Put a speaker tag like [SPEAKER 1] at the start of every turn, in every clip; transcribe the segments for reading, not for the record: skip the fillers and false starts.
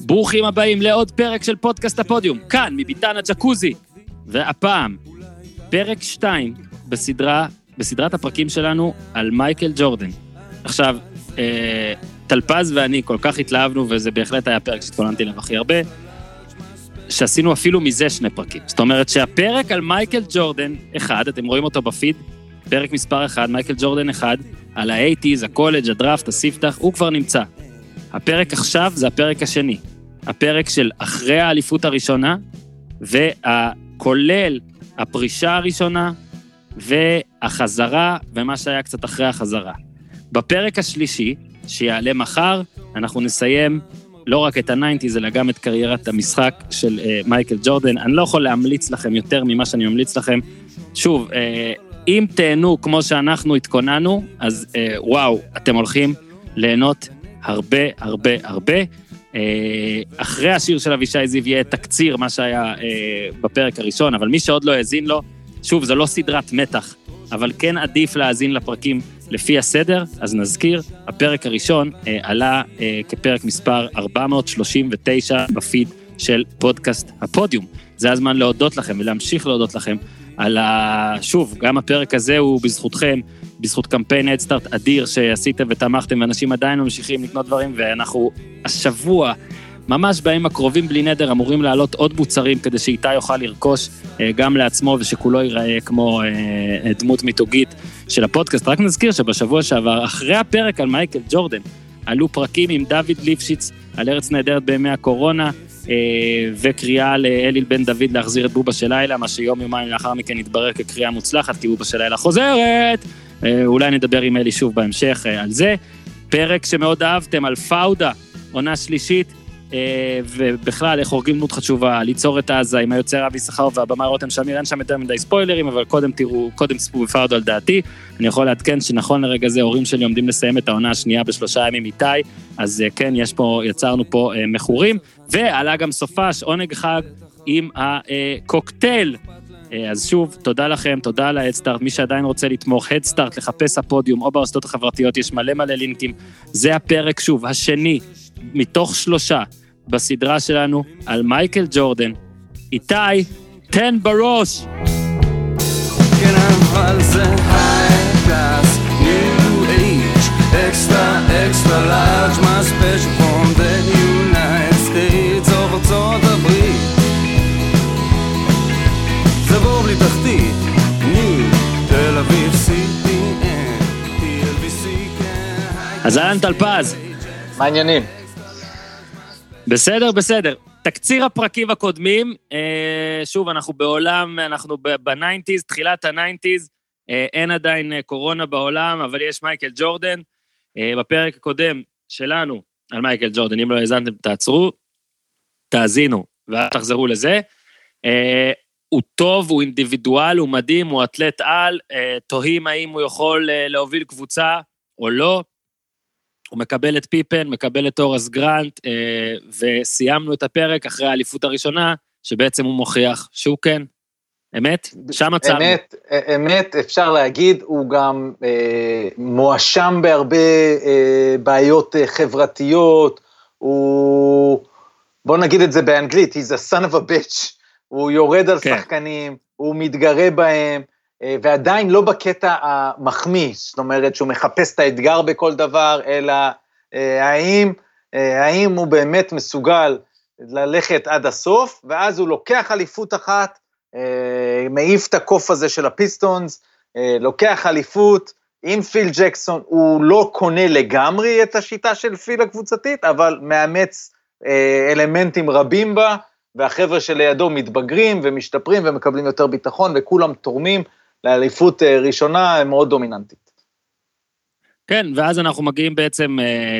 [SPEAKER 1] ברוכים הבאים לעוד פרק של פודקאסט הפודיום, כאן מביתן הג'קוזי, והפעם פרק 2 בסדרת הפרקים שלנו על מייקל ג'ורדן. עכשיו, טלפז ואני כל כך התלהבנו, וזה בהחלט היה פרק שהתכוננתי אליו הכי הרבה, שעשינו אפילו מזה 2 פרקים. זאת אומרת שהפרק על מייקל ג'ורדן 1, אתם רואים אותו בפיד, פרק מספר 1, מייקל ג'ורדן 1, על ה-80s, הקולג', הדראפט, הספתח, הוא כבר נמצא. הפרק עכשיו זה הפרק השני. הפרק של אחרי האליפות הראשונה, והכולל הפרישה הראשונה, והחזרה, ומה שהיה קצת אחרי החזרה. בפרק השלישי, שיעלה מחר, אנחנו נסיים לא רק את ה-90s, אלא גם את קריירת המשחק של מייקל ג'ורדן. אני לא יכול להמליץ לכם יותר ממה שאני ממליץ לכם. שוב, אם תהנו כמו שאנחנו התכוננו, אז וואו, אתם הולכים ליהנות הרבה, הרבה, הרבה. אחרי השיר של אבישי זיו יהיה תקציר, מה שהיה בפרק הראשון, אבל מי שעוד לא האזין לו, שוב, זו לא סדרת מתח, אבל כן עדיף להאזין לפרקים לפי הסדר, אז נזכיר, הפרק הראשון עלה כפרק מספר 439 בפיד של פודקאסט הפודיום. זה הזמן להודות לכם ולהמשיך להודות לכם על שוב, גם הפרק הזה הוא בזכותכם, בזכות קמפיין הדסטארט אדיר שעשיתם ותמכתם, ואנשים עדיין ממשיכים לקנות דברים, ואנחנו השבוע, ממש בימים הקרובים בלי נדר, אמורים לעלות עוד מוצרים, כדי שאיתה יוכל לרכוש גם לעצמו, ושכולו ייראה כמו דמות מיתוגית של הפודקאסט. רק נזכיר שבשבוע שעבר, אחרי הפרק על מייקל ג'ורדן, עלו פרקים עם דוד ליפשיץ, על ארץ נהדרת בימי הקורונה, וקריאה לאליל בן דוד להחזיר את בובה של לילה, מה שיום-יומיים לאחר מכן יתברר כקריאה מוצלחת, כי בובה של לילה חוזרת. אולי נדבר עם אלי שוב בהמשך על זה. פרק שמאוד אהבתם על פאודה, עונה שלישית, ובכלל איך הורגים דמות חשובה, ליצור את העזה עם היוצר אבי שכר והבמה רותם שמיר. אין שם יותר מדי ספוילרים, אבל קודם צפו בפאודה על דעתי. אני יכול לעדכן שנכון לרגע זה, הורים שלי עומדים לסיים את העונה השנייה ב3 ימים איתי, אז כן, יצרנו פה מחורים, ועלה גם סופש, עונג חג עם הקוקטייל. אז שוב, תודה לכם, תודה על ההדסטארט, מי שעדיין רוצה לתמוך, הדסטארט, לחפש הפודיום, או ברשתות החברתיות, יש מלא לינקים. זה הפרק שוב, השני, מתוך 3, בסדרה שלנו, על מייקל ג'ורדן. איתי, תן בראש!
[SPEAKER 2] כן, אבל זה high class, new age, extra large, my special from the United States of ארצות הברית. זה בור בלי תחתית, ניו, תל אביב, CTN, TLBC, כן.
[SPEAKER 1] אז אהלן טלפז.
[SPEAKER 3] מה העניינים?
[SPEAKER 1] בסדר. תקציר הפרקים הקודמים, שוב, אנחנו בעולם, אנחנו ב-90s, תחילת ה-90s, אין עדיין קורונה בעולם, אבל יש מייקל ג'ורדן. בפרק הקודם שלנו על מייקל ג'ורדן, אם לא האזנתם, תעצרו, תאזינו, ואז תחזרו לזה. הוא טוב, הוא אינדיבידואל, הוא מדהים, הוא אתלט על, תוהים האם הוא יכול להוביל קבוצה או לא. הוא מקבל את פיפן, מקבל את אורס גרנט, וסיימנו את הפרק אחרי האליפות הראשונה, שבעצם הוא מוכיח שהוא כן. אמת? שם עצרנו.
[SPEAKER 3] אמת, אפשר להגיד, הוא גם מואשם בהרבה בעיות חברתיות, בוא נגיד את זה באנגלית, he's a son of a bitch, הוא יורד על שחקנים, הוא מתגרה בהם, ועדיין לא בקטע המחמיא, זאת אומרת שהוא מחפש את האתגר בכל דבר, אלא האם הוא באמת מסוגל ללכת עד הסוף, ואז הוא לוקח אליפות אחת, מעיף את הקוף הזה של הפיסטונס, לוקח אליפות עם פיל ג'קסון, הוא לא קונה לגמרי את השיטה של פיל הקבוצתית, אבל מאמץ אלמנטים רבים בה, והחבר'ה שלידו מתבגרים ומשתפרים ומקבלים יותר ביטחון, וכולם תורמים לאליפות ראשונה מאוד דומיננטית.
[SPEAKER 1] כן, ואז אנחנו מגיעים בעצם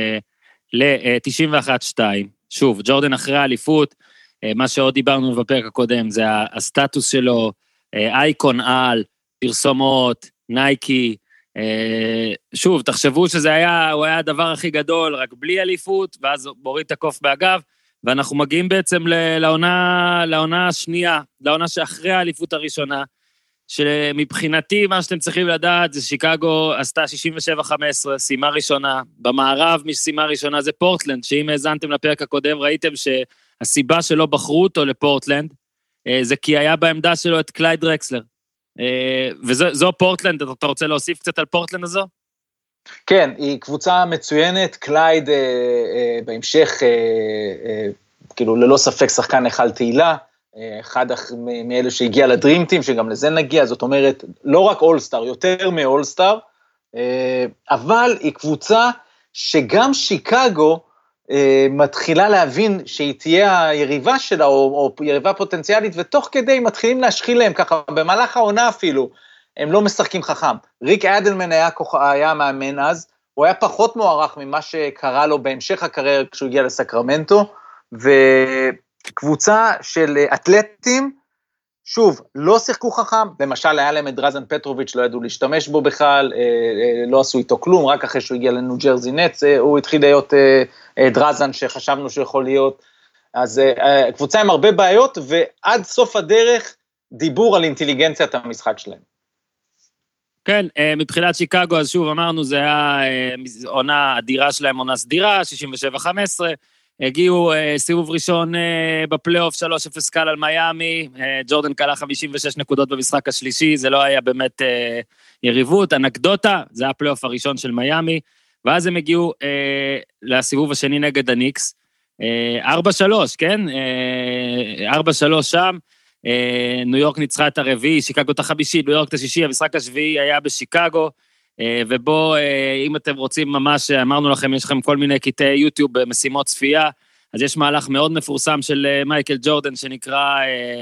[SPEAKER 1] ל-91-2. שוב, ג'ורדן אחרי האליפות, מה שעוד דיברנו בפרק הקודם, זה הסטטוס שלו, אייקון על, פרסומות, נייקי, שוב, תחשבו שזה הוא היה הדבר הכי גדול, רק בלי אליפות, ואז מוריד את הקוף באגב, ואנחנו מגיעים בעצם לעונה השנייה, לעונה שאחרי האליפות הראשונה, שמבחינתי מה שאתם צריכים לדעת זה שיקגו עשתה 67-15, סיימה ראשונה, במערב מי שסיימה ראשונה זה פורטלנד, שאם האזנתם לפרק הקודם ראיתם שהסיבה שלא בחרו אותו לפורטלנד, זה כי היה בעמדה שלו את קלייד דרקסלר, וזו פורטלנד, אתה רוצה להוסיף קצת על פורטלנד הזו?
[SPEAKER 3] כן, היא קבוצה מצוינת, קלייד בהמשך, כאילו ללא ספק שחקן אחד תהילה, אחד מאלה שהגיע לדרימטים, שגם לזה נגיע, זאת אומרת, לא רק אולסטאר, יותר מאולסטאר, אבל היא קבוצה שגם שיקגו מתחילה להבין שהיא תהיה היריבה שלה, או יריבה פוטנציאלית, ותוך כדי מתחילים להשחיל להם ככה, במהלך העונה אפילו, הם לא משחקים חכם. ריק אדלמן היה מאמן אז, הוא היה פחות מוערך ממה שקרה לו בהמשך הקריירה כשהוא הגיע לסקרמנטו, וקבוצה של אתלטים, שוב, לא שיחקו חכם, למשל היה להם את דרזן פטרוביץ', לא ידעו להשתמש בו בכלל, לא עשו איתו כלום, רק אחרי שהוא הגיע לניו ג'רזי נטס, הוא התחיל להיות דרזן שחשבנו שיכול להיות, אז קבוצה עם הרבה בעיות, ועד סוף הדרך דיבור על אינטליגנציית המשחק שלהם.
[SPEAKER 1] כן, מבחינת שיקגו, אז שוב אמרנו, זה היה עונה אדירה שלהם, עונה סדירה, 67-15, הגיעו סיבוב ראשון בפלייאוף, 3-0 קל על מייאמי, ג'ורדן קלה 56 נקודות במשחק השלישי, זה לא היה באמת יריבות, אנקדוטה, זה היה הפלייאוף הראשון של מייאמי, ואז הם הגיעו לסיבוב השני נגד הניקס, 4-3, כן? 4-3 שם, ניו יורק ניצחה את הרביעי, שיקגו את החמישי, ניו יורק את השישי, המשחק השביעי היה בשיקגו, ובו, אם אתם רוצים ממש, אמרנו לכם, יש לכם כל מיני קטעי יוטיוב במשימות צפייה, אז יש מהלך מאוד מפורסם של מייקל ג'ורדן, שנקרא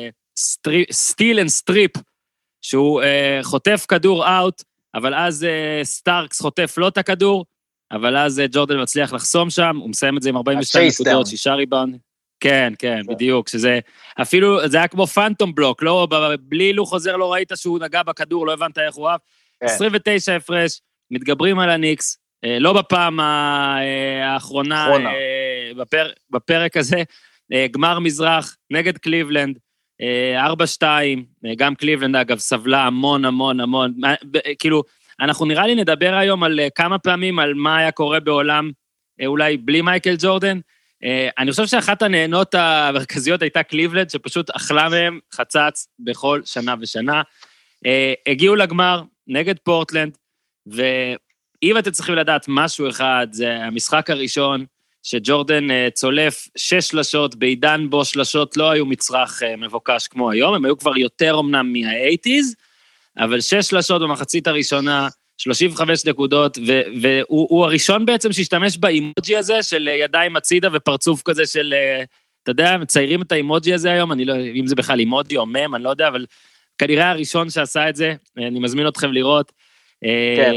[SPEAKER 1] סטיל אנד סטריפ, שהוא חוטף כדור אאוט, אבל אז סטארקס חוטף לא את הכדור, אבל אז ג'ורדן מצליח לחסום שם, הוא מסיים את זה עם 42 נקודות, 6 ריבאונד. כן, כן, בדיוק, שזה, אפילו, זה היה כמו פנטום בלוק, לא, בלי לו חוזר לא ראית שהוא נגע בכדור, לא הבנת איך הוא אהב, 29 הפרש, מתגברים על הניקס, לא בפעם האחרונה, בפרק הזה, גמר מזרח, נגד קליבלנד, 4-2, גם קליבלנד אגב, סבלה המון, כאילו, אנחנו נראה לי נדבר היום על כמה פעמים, על מה היה קורה בעולם, אולי בלי מייקל ג'ורדן, אני חושב שאחת הנהנות המרכזיות הייתה קליבלנד, שפשוט אכלה מהם חצץ בכל שנה ושנה, הגיעו לגמר נגד פורטלנד, ואם אתם צריכים לדעת משהו אחד, זה המשחק הראשון, שג'ורדן צולף 6 שלשות, בעידן בו שלשות לא היו מצרך מבוקש כמו היום, הם היו כבר יותר אמנם מה-80s, אבל 6 שלשות במחצית הראשונה, 35 נקודות, והוא הראשון בעצם שהשתמש באימוג'י הזה, של ידיים הצידה ופרצוף כזה של, אתה יודע, מציירים את האימוג'י הזה היום, אני לא, אם זה בכלל אימוג'י או מם, אני לא יודע, אבל כנראה הראשון שעשה את זה, אני מזמין אתכם לראות, כן.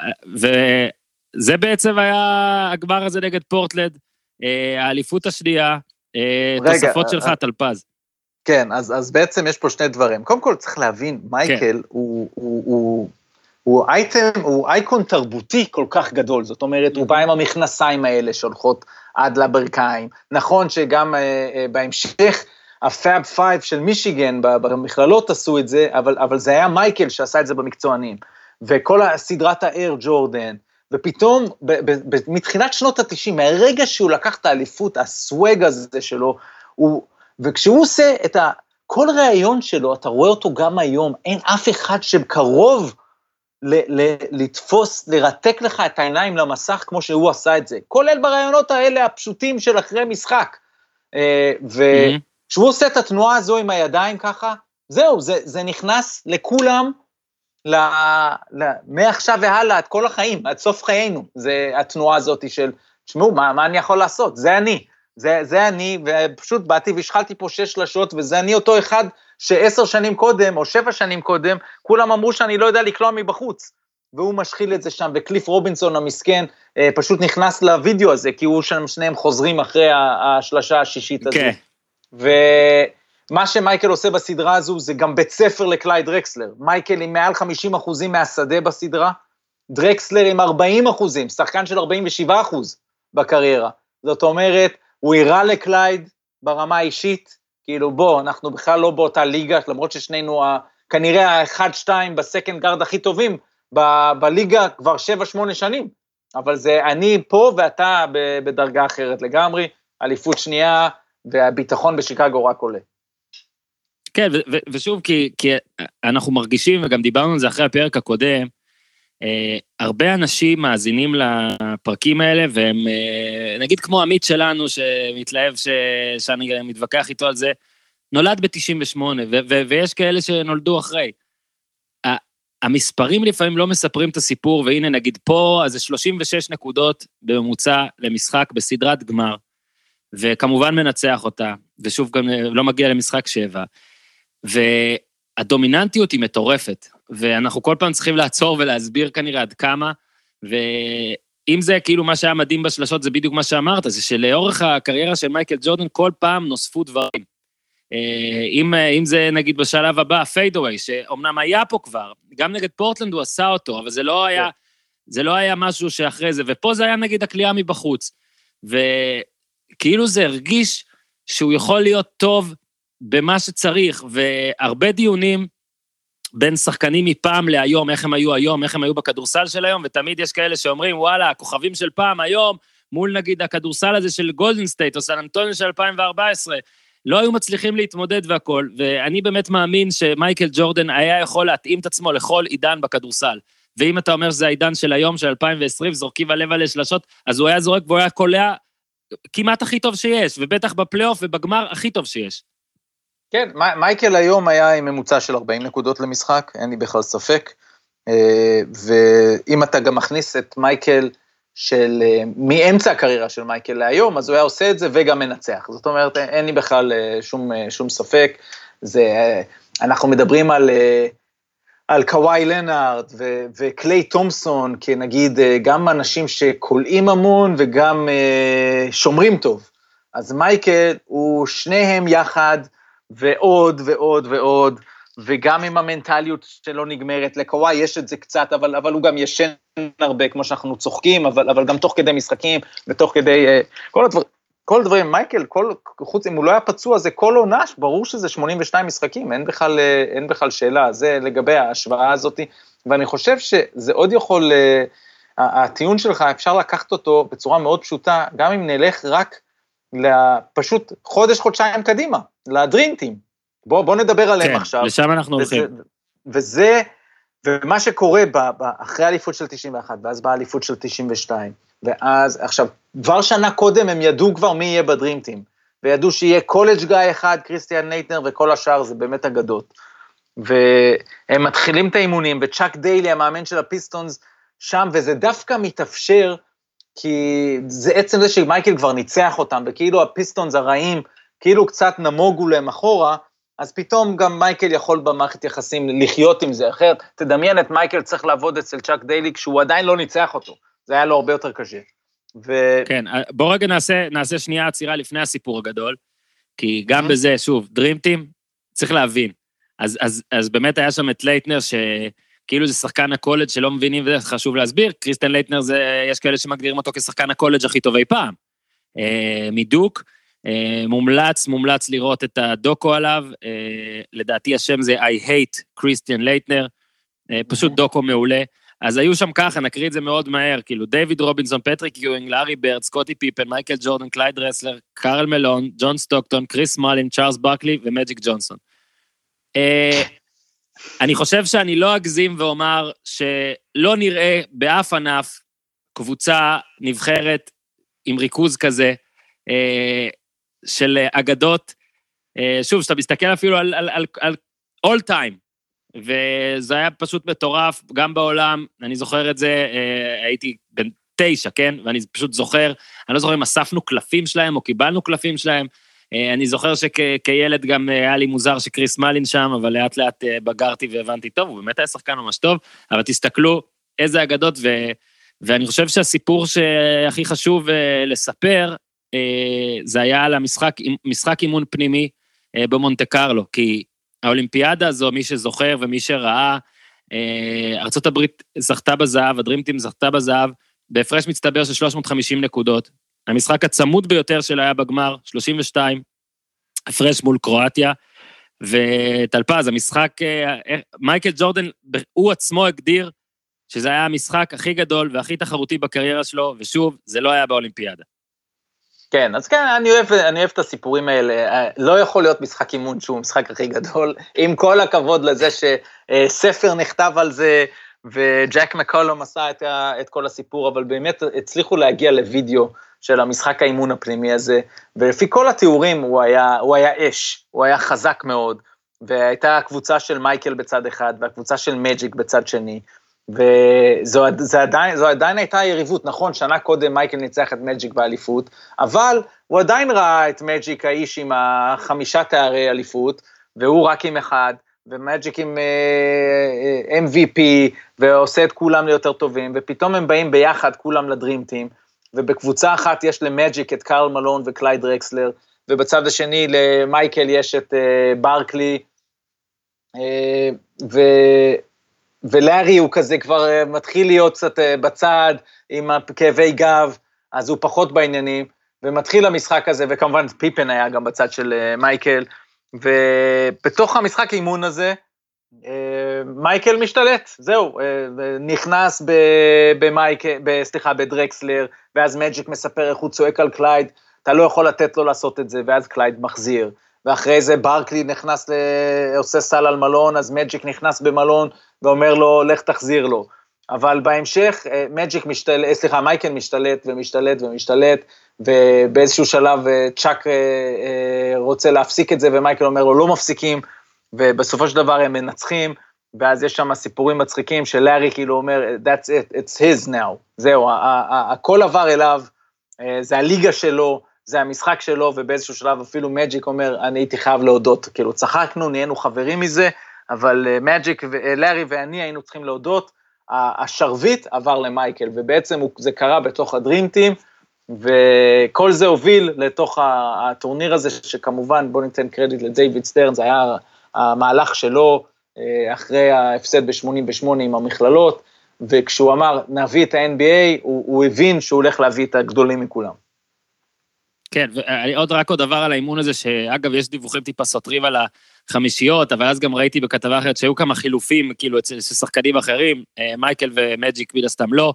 [SPEAKER 1] וזה בעצם היה הגמר הזה נגד פורטלנד, האליפות השנייה, תוספות שלך, תלפז.
[SPEAKER 3] כן, אז בעצם יש פה שני דברים, קודם כל צריך להבין, מייקל הוא אייקון תרבותי כל כך גדול, זאת אומרת, הוא בא עם המכנסיים האלה שהולכות עד לברכיים, נכון שגם בהמשך, הפאב 5 של מישיגן, במכללות עשו את זה, אבל זה היה מייקל שעשה את זה במקצוענים, וכל הסדרת האר ג'ורדן, ופתאום, מתחילת שנות ה-90, מהרגע שהוא לקח את האליפות, הסווג הזה שלו, וכשהוא עושה את כל ראיון שלו, אתה רואה אותו גם היום, אין אף אחד שקרוב לתפוס, לרתק לך את העיניים למסך, כמו שהוא עשה את זה, כולל ברעיונות האלה הפשוטים של אחרי משחק, וכשהוא עושה את התנועה הזו עם הידיים ככה, זהו, זה נכנס לכולם, מעכשיו והלאה, את כל החיים, עד סוף חיינו, זה התנועה הזאת של, תשמעו, מה אני יכול לעשות? זה אני, זה אני, ופשוט באתי והשחלתי פה 6 שלשות, וזה אני אותו אחד, ש10 שנים קודם, או 7 שנים קודם, כולם אמרו שאני לא יודע לקלוע מבחוץ, והוא משחיל את זה שם, וקליף רובינסון המסכן, פשוט נכנס לוידאו הזה, כי הוא שם שניהם חוזרים אחרי השלשה השישית הזו. ומה שמייקל עושה בסדרה הזו, זה גם בית ספר לקלייד דרקסלר, מייקל עם מעל 50% מהשדה בסדרה, דרקסלר עם 40%, שחקן של 47% בקריירה, זאת אומרת, הוא הראה לקלייד ברמה האישית, כאילו בוא, אנחנו בכלל לא באותה ליגה, למרות ששנינו כנראה ה-1-2 בסקנד גארד הכי טובים בליגה כבר 7-8 שנים, אבל זה אני פה ואתה בדרגה אחרת לגמרי, אליפות שנייה, והביטחון בשיקגו רק עולה.
[SPEAKER 1] כן, ושוב, כי אנחנו מרגישים, וגם דיברנו על זה אחרי הפרק הקודם, הרבה אנשים מאזינים לפרקים האלה, והם, נגיד כמו עמית שלנו, שמתלהב שאני מתווכח איתו על זה, נולד ב-98, ויש כאלה שנולדו אחרי. המספרים לפעמים לא מספרים את הסיפור, והנה נגיד פה, אז זה 36 נקודות בממוצע למשחק בסדרת גמר, וכמובן מנצח אותה, ושוב גם לא מגיע למשחק 7, והדומיננטיות היא מטורפת, ואנחנו כל פעם צריכים לעצור ולהסביר כנראה עד כמה, ואם זה כאילו מה שהיה מדהים בשלשות, זה בדיוק מה שאמרת, זה שלאורך הקריירה של מייקל ג'ורדן, כל פעם נוספו דברים. אם זה נגיד בשלב הבא, פיידווי, שאומנם היה פה כבר, גם נגד פורטלנד הוא עשה אותו, אבל זה לא היה משהו שאחרי זה, ופה זה היה נגיד הקליעה מבחוץ, וכאילו זה הרגיש שהוא יכול להיות טוב במה שצריך, והרבה דיונים בין שחקנים מפעם להיום, איך הם היו היום, איך הם היו בכדורסל של היום, ותמיד יש כאלה שאומרים, וואלה, הכוכבים של פעם היום, מול נגיד הכדורסל הזה של גולדן סטייט, או סן אנטוניו של 2014, לא היו מצליחים להתמודד והכל, ואני באמת מאמין שמייקל ג'ורדן היה יכול להתאים את עצמו לכל עידן בכדורסל, ואם אתה אומר שזה העידן של היום, של 2020, זורקים הלב על שלשות, אז הוא היה זורק והוא היה קולע כמעט הכי טוב שיש, ובטח בפלייאוף ובגמר הכי טוב שיש.
[SPEAKER 3] כן, מייקל היום היה עם ממוצע של 40 נקודות למשחק, אין לי בכלל ספק, ואם אתה גם מכניס את מייקל של מאמצע הקריירה של מייקל להיום, אז הוא היה עושה את זה וגם מנצח, זאת אומרת, אין לי בכלל שום ספק, אנחנו מדברים על קוואי לנארד וקליי תומפסון, כנגיד גם אנשים שקולעים המון וגם שומרים טוב, אז מייקל הוא שניהם יחד, ועוד ועוד ועוד, וגם עם המנטליות שלא נגמרת, לקוואי יש את זה קצת, אבל הוא גם ישן הרבה, כמו שאנחנו צוחקים, אבל גם תוך כדי משחקים, ותוך כדי, כל הדברים, מייקל, חוץ אם הוא לא היה פצוע, זה כל עונש, ברור שזה 82 משחקים, אין בכלל שאלה, זה לגבי ההשוואה הזאת, ואני חושב שזה עוד יכול, הטיעון שלך, אפשר לקחת אותו בצורה מאוד פשוטה, גם אם נלך רק פשוט חודש-חודשיים קדימה, לדרימטים. בוא נדבר עליהם עכשיו.
[SPEAKER 1] לשם אנחנו הולכים.
[SPEAKER 3] ומה שקורה אחרי האליפות של 91, ואז באליפות של 92, ואז עכשיו, כבר שנה קודם הם ידעו כבר מי יהיה בדרימטים, וידעו שיהיה קולג' גאי אחד, קריסטיאן נייטנר, וכל השאר זה באמת אגדות. והם מתחילים את האימונים, וצ'אק דיילי, המאמן של הפיסטונס, שם, וזה דווקא מתאפשר, כי זה עצם זה שמייקל כבר ניצח אותם, וכאילו הפיסטונס הרעים, כאילו קצת נמוגו להם אחורה, אז פתאום גם מייקל יכול במערכת יחסים לחיות עם זה, אחרת תדמיין את מייקל צריך לעבוד אצל צ'אק דיילי, כשהוא עדיין לא ניצח אותו, זה היה לו הרבה יותר קשה.
[SPEAKER 1] כן, בוא רגע נעשה שנייה עצירה לפני הסיפור הגדול, כי גם בזה, שוב, דרימטים, צריך להבין, אז באמת היה שם את לייטנר, כאילו זה שחקן הקולג' שלא מבינים, וזה חשוב להסביר, קריסטיאן לייטנר יש כאלה שמגדירים אותו כשחקן הקולג' הכי טוב אי פעם, מדוק, מומלץ לראות את הדוקו עליו, לדעתי השם זה I hate קריסטיאן לייטנר, פשוט דוקו מעולה, אז היו שם ככה, נקריא את זה מאוד מהר, כאילו דיוויד רובינסון, פטריק יואינג, לארי ברד, סקוטי פיפן, מייקל ג'ורדן, קלייד רסלר, קארל מלון, ג'ון סטוקטון, קריס מלין, צ'ארלס ברקלי ומג'יק ג'ונסון. אני חושב שאני לא אגזים ואומר שלא נראה באף ענף קבוצה נבחרת עם ריכוז כזה של אגדות, שוב, שאתה מסתכל אפילו על all time, וזה היה פשוט מטורף, גם בעולם, אני זוכר את זה, הייתי בן 9, כן? ואני פשוט זוכר, אני לא זוכר אם אספנו קלפים שלהם או קיבלנו קלפים שלהם, אני זוכר שכילד גם היה לי מוזר שקריס מלין שם, אבל לאט לאט בגרתי והבנתי טוב, הוא באמת היה שחקן ממש טוב, אבל תסתכלו איזה אגדות, ואני חושב שהסיפור שהכי חשוב לספר, זה היה על משחק אימון פנימי במונטה קרלו, כי האולימפיאדה הזו, מי שזוכר ומי שראה, ארצות הברית זכתה בזהב, הדרימטים זכתה בזהב, בהפרש מצטבר של 350 נקודות, המשחק הצמוד ביותר שלה היה בגמר, 32, הפרש מול קרואטיה, וטלפז, המשחק, מייקל ג'ורדן, הוא עצמו הגדיר שזה היה המשחק הכי גדול והכי תחרותי בקריירה שלו, ושוב, זה לא היה באולימפיאדה.
[SPEAKER 3] כן, אז כן, אני אוהב את הסיפורים האלה, לא יכול להיות משחק אימון שהוא משחק הכי גדול, עם כל הכבוד לזה שספר נכתב על זה, וג'ק מקולום עשה את כל הסיפור, אבל באמת הצליחו להגיע לוידאו של המשחק האימון הפנימי הזה, ולפי כל התיאורים הוא היה אש, הוא היה חזק מאוד, והייתה הקבוצה של מייקל בצד אחד, והקבוצה של מג'יק בצד שני, וזו עדיין הייתה יריבות, נכון, שנה קודם מייקל ניצח את מג'יק באליפות, אבל הוא עדיין ראה את מג'יק האיש עם 5 תארי אליפות, והוא רק עם 1, ומג'יק עם MVP, ועושה את כולם ליותר טובים, ופתאום הם באים ביחד כולם לדרים טים, ובקבוצה אחת יש למג'יק את קארל מלון וקלייד דרקסלר, ובצד השני למייקל יש את ברקלי, ולארי הוא כזה כבר מתחיל להיות קצת בצד, עם כאבי גב, אז הוא פחות בעניינים, ומתחיל המשחק הזה, וכמובן פיפן היה גם בצד של מייקל, ובתוך המשחק האימון הזה, מייקל משתלט, זהו, נכנס בדרקסלר, ואז מג'יק מספר איך הוא צועק על קלייד, אתה לא יכול לתת לו לעשות את זה, ואז קלייד מחזיר, ואחרי זה ברקלי נכנס, עושה סל על מלון, אז מג'יק נכנס במלון, ואומר לו, לך תחזיר לו, אבל בהמשך, מייקל משתלט ומשתלט ומשתלט, ובאיזשהו שלב צ'אק רוצה להפסיק את זה, ומייקל אומר לו, לא מפסיקים, ובסופו של דבר הם מנצחים, ואז יש שם סיפורים מצחיקים, שלארי כאילו אומר, that's it, it's his now, זהו, הכל עבר אליו, זה הליגה שלו, זה המשחק שלו, ובאיזשהו שלב אפילו מג'יק אומר, אני הייתי חייב להודות, כאילו צחקנו, נהיינו חברים מזה, אבל מג'יק, לארי ואני היינו צריכים להודות, השרביט עבר למייקל, ובעצם זה קרה בתוך הדרימטים, וכל זה הוביל לתוך הטורניר הזה, שכמובן בוא ניתן קרדיט לדייוויד סטרן, זה היה המהלך שלו, אחרי ההפסד ב-88 עם המכללות, וכשהוא אמר נביא את ה-NBA, הוא הבין שהוא הולך להביא את הגדולים מכולם.
[SPEAKER 1] כן, ועוד דבר על האימון הזה, שאגב יש דיווחים טיפה סותרים על החמישיות, אבל אז גם ראיתי בכתבה אחרת שהיו כמה חילופים, כאילו אצל שחקנים אחרים, מייקל ומג'יק מן הסתם לא,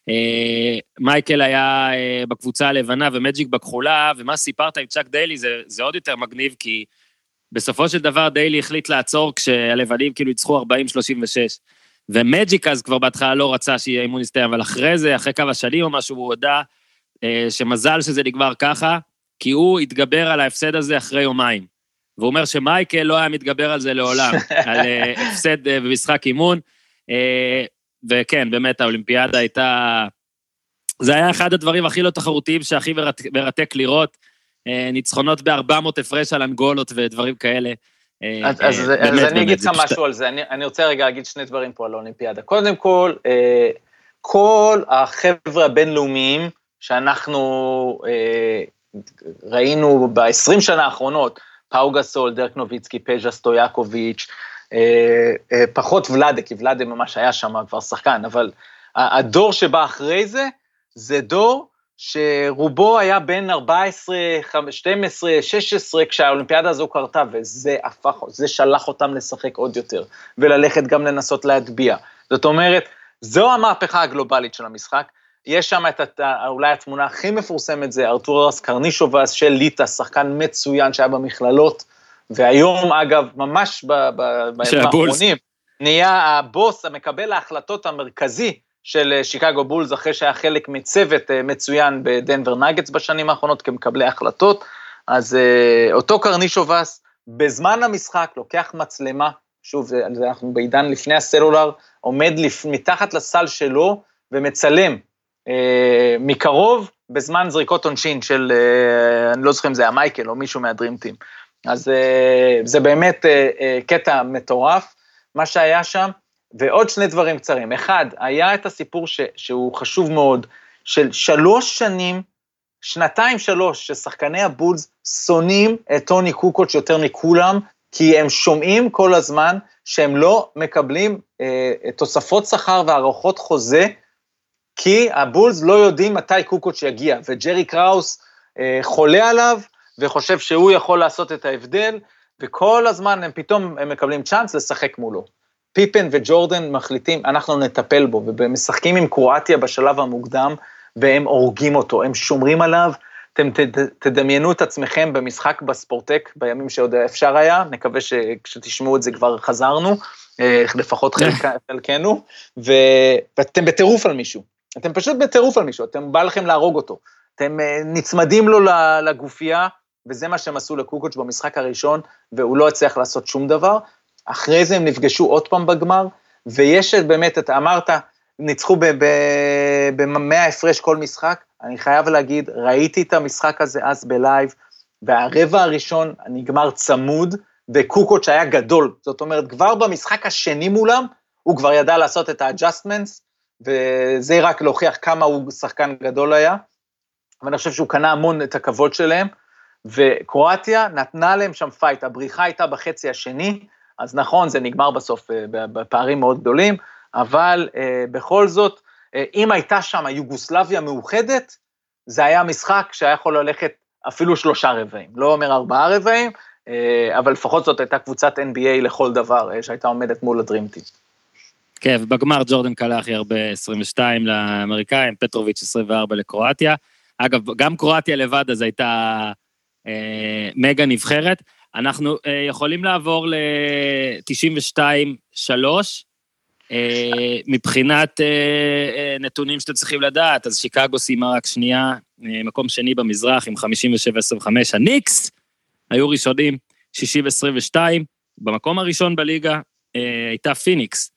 [SPEAKER 1] מייקל היה בקבוצה הלבנה ומג'יק בכחולה, ומה סיפרת עם צ'אק דיילי, זה עוד יותר מגניב, כי בסופו של דבר דיילי החליט לעצור, כשהלבנים כאילו יצחו 40-36, ומג'יק אז כבר בהתחלה לא רצה שיהיה אימון יסתיים, אבל אחרי זה, אחרי כמה שנים או משהו, הוא הודע שמזל שזה נגמר ככה, כי הוא התגבר על ההפסד הזה אחרי יומיים, והוא אומר שמייקל לא היה מתגבר על זה לעולם, על הפסד במשחק אימון, וכן, באמת האולימפיאדה הייתה, זה היה אחד הדברים הכי לא תחרותיים, שהכי מרתק לראות, ניצחונות ב-400 הפרש על אנגולות ודברים כאלה.
[SPEAKER 3] אז אני אגיד לך משהו על זה, אני רוצה רגע להגיד שני דברים פה על האולימפיאדה. קודם כל, כל החבר'ה הבינלאומיים שאנחנו ראינו ב-20 שנה האחרונות, פאו גסול, דרק נוביצקי, פז'ה סטויאקוביץ', פחות ולדה, כי ולדה ממש היה שם כבר שחקן, אבל הדור שבא אחרי זה, זה דור שרובו היה בין 14, 12, 16, כשהאולימפיאדה הזו קרתה, וזה שלח אותם לשחק עוד יותר, וללכת גם לנסות להטביע. זאת אומרת, זו המהפכה הגלובלית של המשחק, יש שם אולי התמונה הכי מפורסמת, זה ארתורס קרנישובס של ליטה, שחקן מצוין שהיה במכללות, והיום אגב, ממש באחרונים, נהיה הבוס המקבל ההחלטות המרכזי, של שיקגו בולס, אחרי שהיה חלק מצוות מצוין בדנבר נגטס בשנים האחרונות, כמקבלי החלטות, אז אותו קרנישובס, בזמן המשחק, לוקח מצלמה, שוב, אנחנו בעידן לפני הסלולר, עומד מתחת לסל שלו, ומצלם מקרוב, בזמן זריקות עונשין של, אני לא זוכר אם זה היה מייקל, או מישהו מהדרימטים, אז זה באמת קטע מטורף, מה שהיה שם, ועוד שני דברים קצרים. אחד, היה את הסיפור שהוא חשוב מאוד, של 3 שנים, 2-3, ששחקני הבולס שונאים את טוני קוקוץ' יותר מכולם, כי הם שומעים כל הזמן שהם לא מקבלים תוספות שכר והערכות חוזה, כי הבולס לא יודעים מתי קוקוץ' יגיע, וג'רי קראוס חולה עליו, וחושב שהוא יכול לעשות את ההבדל, וכל הזמן הם מקבלים צ'אנס לשחק מולו. פיפן וג'ורדן מחליטים, אנחנו נטפל בו, ומשחקים עם קרואטיה בשלב המוקדם, והם הורגים אותו, הם שומרים עליו, אתם תדמיינו את עצמכם במשחק בספורטק, בימים שעוד אפשר היה, נקווה שכשתשמעו את זה כבר חזרנו, לפחות חלקנו, ואתם בטירוף על מישהו, אתם פשוט בטירוף על מישהו, אתם בא לכם להרוג אותו, אתם נצמדים לו לגופייה, וזה מה שהם עשו לקוקוץ' במשחק הראשון, והוא לא הצליח לעשות שום דבר, אחרי זה הם נפגשו עוד פעם בגמר, ויש באמת, אתה אמרת, ניצחו ב100 הפרש כל משחק, אני חייב להגיד, ראיתי את המשחק הזה אז בלייב, והרבע הראשון נגמר צמוד, וקוקוץ' היה גדול, זאת אומרת, כבר במשחק השני מולם, הוא כבר ידע לעשות את ה-adjustments, וזה רק להוכיח כמה הוא שחקן גדול היה, ואני חושב שהוא קנה המון את הכבוד שלהם, וקרואטיה נתנה להם שם פייט, הבריחה הייתה בחצי השני, אז נכון, זה נגמר בסוף בפערים מאוד גדולים, אבל בכל זאת, אם הייתה שם יוגוסלביה מאוחדת, זה היה משחק שהיה יכול ללכת אפילו 3 רבעים, לא אומר 4 רבעים, אבל לפחות זאת הייתה קבוצת NBA לכל דבר, שהייתה עומדת מול הדרימטים.
[SPEAKER 1] כן, ובגמר ג'ורדן קלה הכי הרבה 22 לאמריקאים, פטרוביץ' 24 לקרואטיה, אגב, גם קרואטיה לבד אז הייתה מגה נבחרת, אנחנו יכולים לעבור ל-92-3, מבחינת נתונים שאתם צריכים לדעת, אז שיקגו סיימה רק שנייה, מקום שני במזרח עם 57-25, הניקס היו ראשונים 60-22, במקום הראשון בליגה הייתה פיניקס,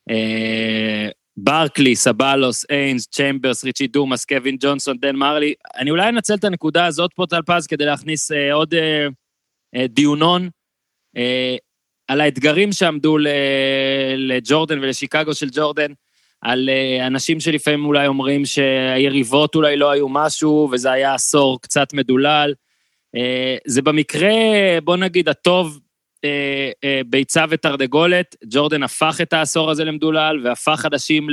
[SPEAKER 1] ברקלי, סבלוס, איינס, צ'יימברס, ריצ'י דומאס, קווין ג'ונסון, דן מרלי, אני אולי אנצל את הנקודה הזאת פה טלפז, כדי להכניס עוד דיונון, על האתגרים שעמדו לג'ורדן ולשיקגו של ג'ורדן, על אנשים שלפעמים אולי אומרים שהיריבות אולי לא היו משהו, וזה היה עשור קצת מדולל, זה במקרה, בוא נגיד, הטוב, ביצה ותרדגולת, ג'ורדן הפך את העשור הזה למדולל, והפך אנשים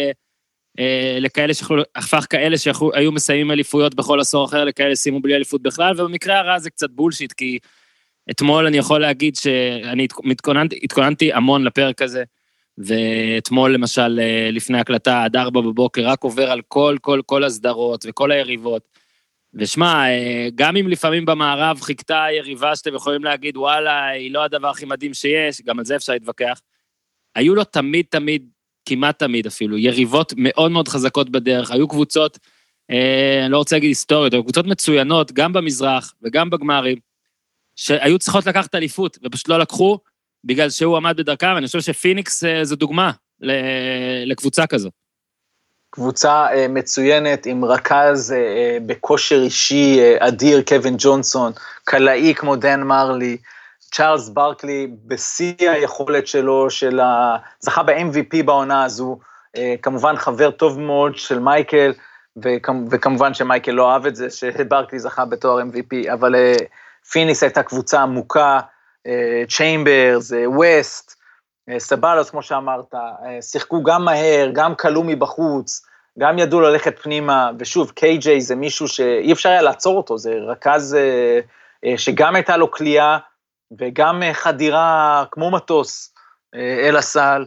[SPEAKER 1] הפך כאלה שהיו מסיימים אליפויות בכל עשור אחר, לכאלה סיימו בלי אליפות בכלל, ובמקרה הרע זה קצת בולשיט, כי אתמול אני יכול להגיד שאני התכוננתי המון לפרק הזה, ואתמול למשל לפני הקלטה עד 4 בבוקר, רק עובר על כל הסדרות וכל היריבות, ושמע, גם אם לפעמים במערב חיכתה יריבה שאתם יכולים להגיד, וואלה, היא לא הדבר הכי מדהים שיש, גם על זה אפשר להתווכח, היו לו תמיד, כמעט תמיד אפילו, יריבות מאוד מאוד חזקות בדרך, היו קבוצות, אני לא רוצה להגיד היסטוריות, אבל קבוצות מצוינות, גם במזרח וגם בגמרים, שהיו צריכות לקחת אליפות, ופשוט לא לקחו, בגלל שהוא עמד בדרכם, ואני חושב שפיניקס זו דוגמה לקבוצה כזו.
[SPEAKER 3] קבוצה מצוינת, עם רכז בכושר אישי אדיר, קווין ג'ונסון, קלעי כמו דן מרלי, צ'ארלס ברקלי, בשיא היכולת שלו, זכה ב-MVP בעונה הזו, כמובן חבר טוב מאוד של מייקל, וכמובן שמייקל לא אהב את זה, שברקלי זכה בתואר MVP, אבל פיניקס הייתה קבוצה עמוקה, צ'יימברס, ווסט, סבלוס כמו שאמרת, שיחקו גם מהר, גם קלו מבחוץ, גם ידעו ללכת פנימה, ושוב, קייג'יי זה מישהו שאי אפשר היה לעצור אותו, זה רכז שגם הייתה לו קליעה, וגם חדירה כמו מטוס אל הסל,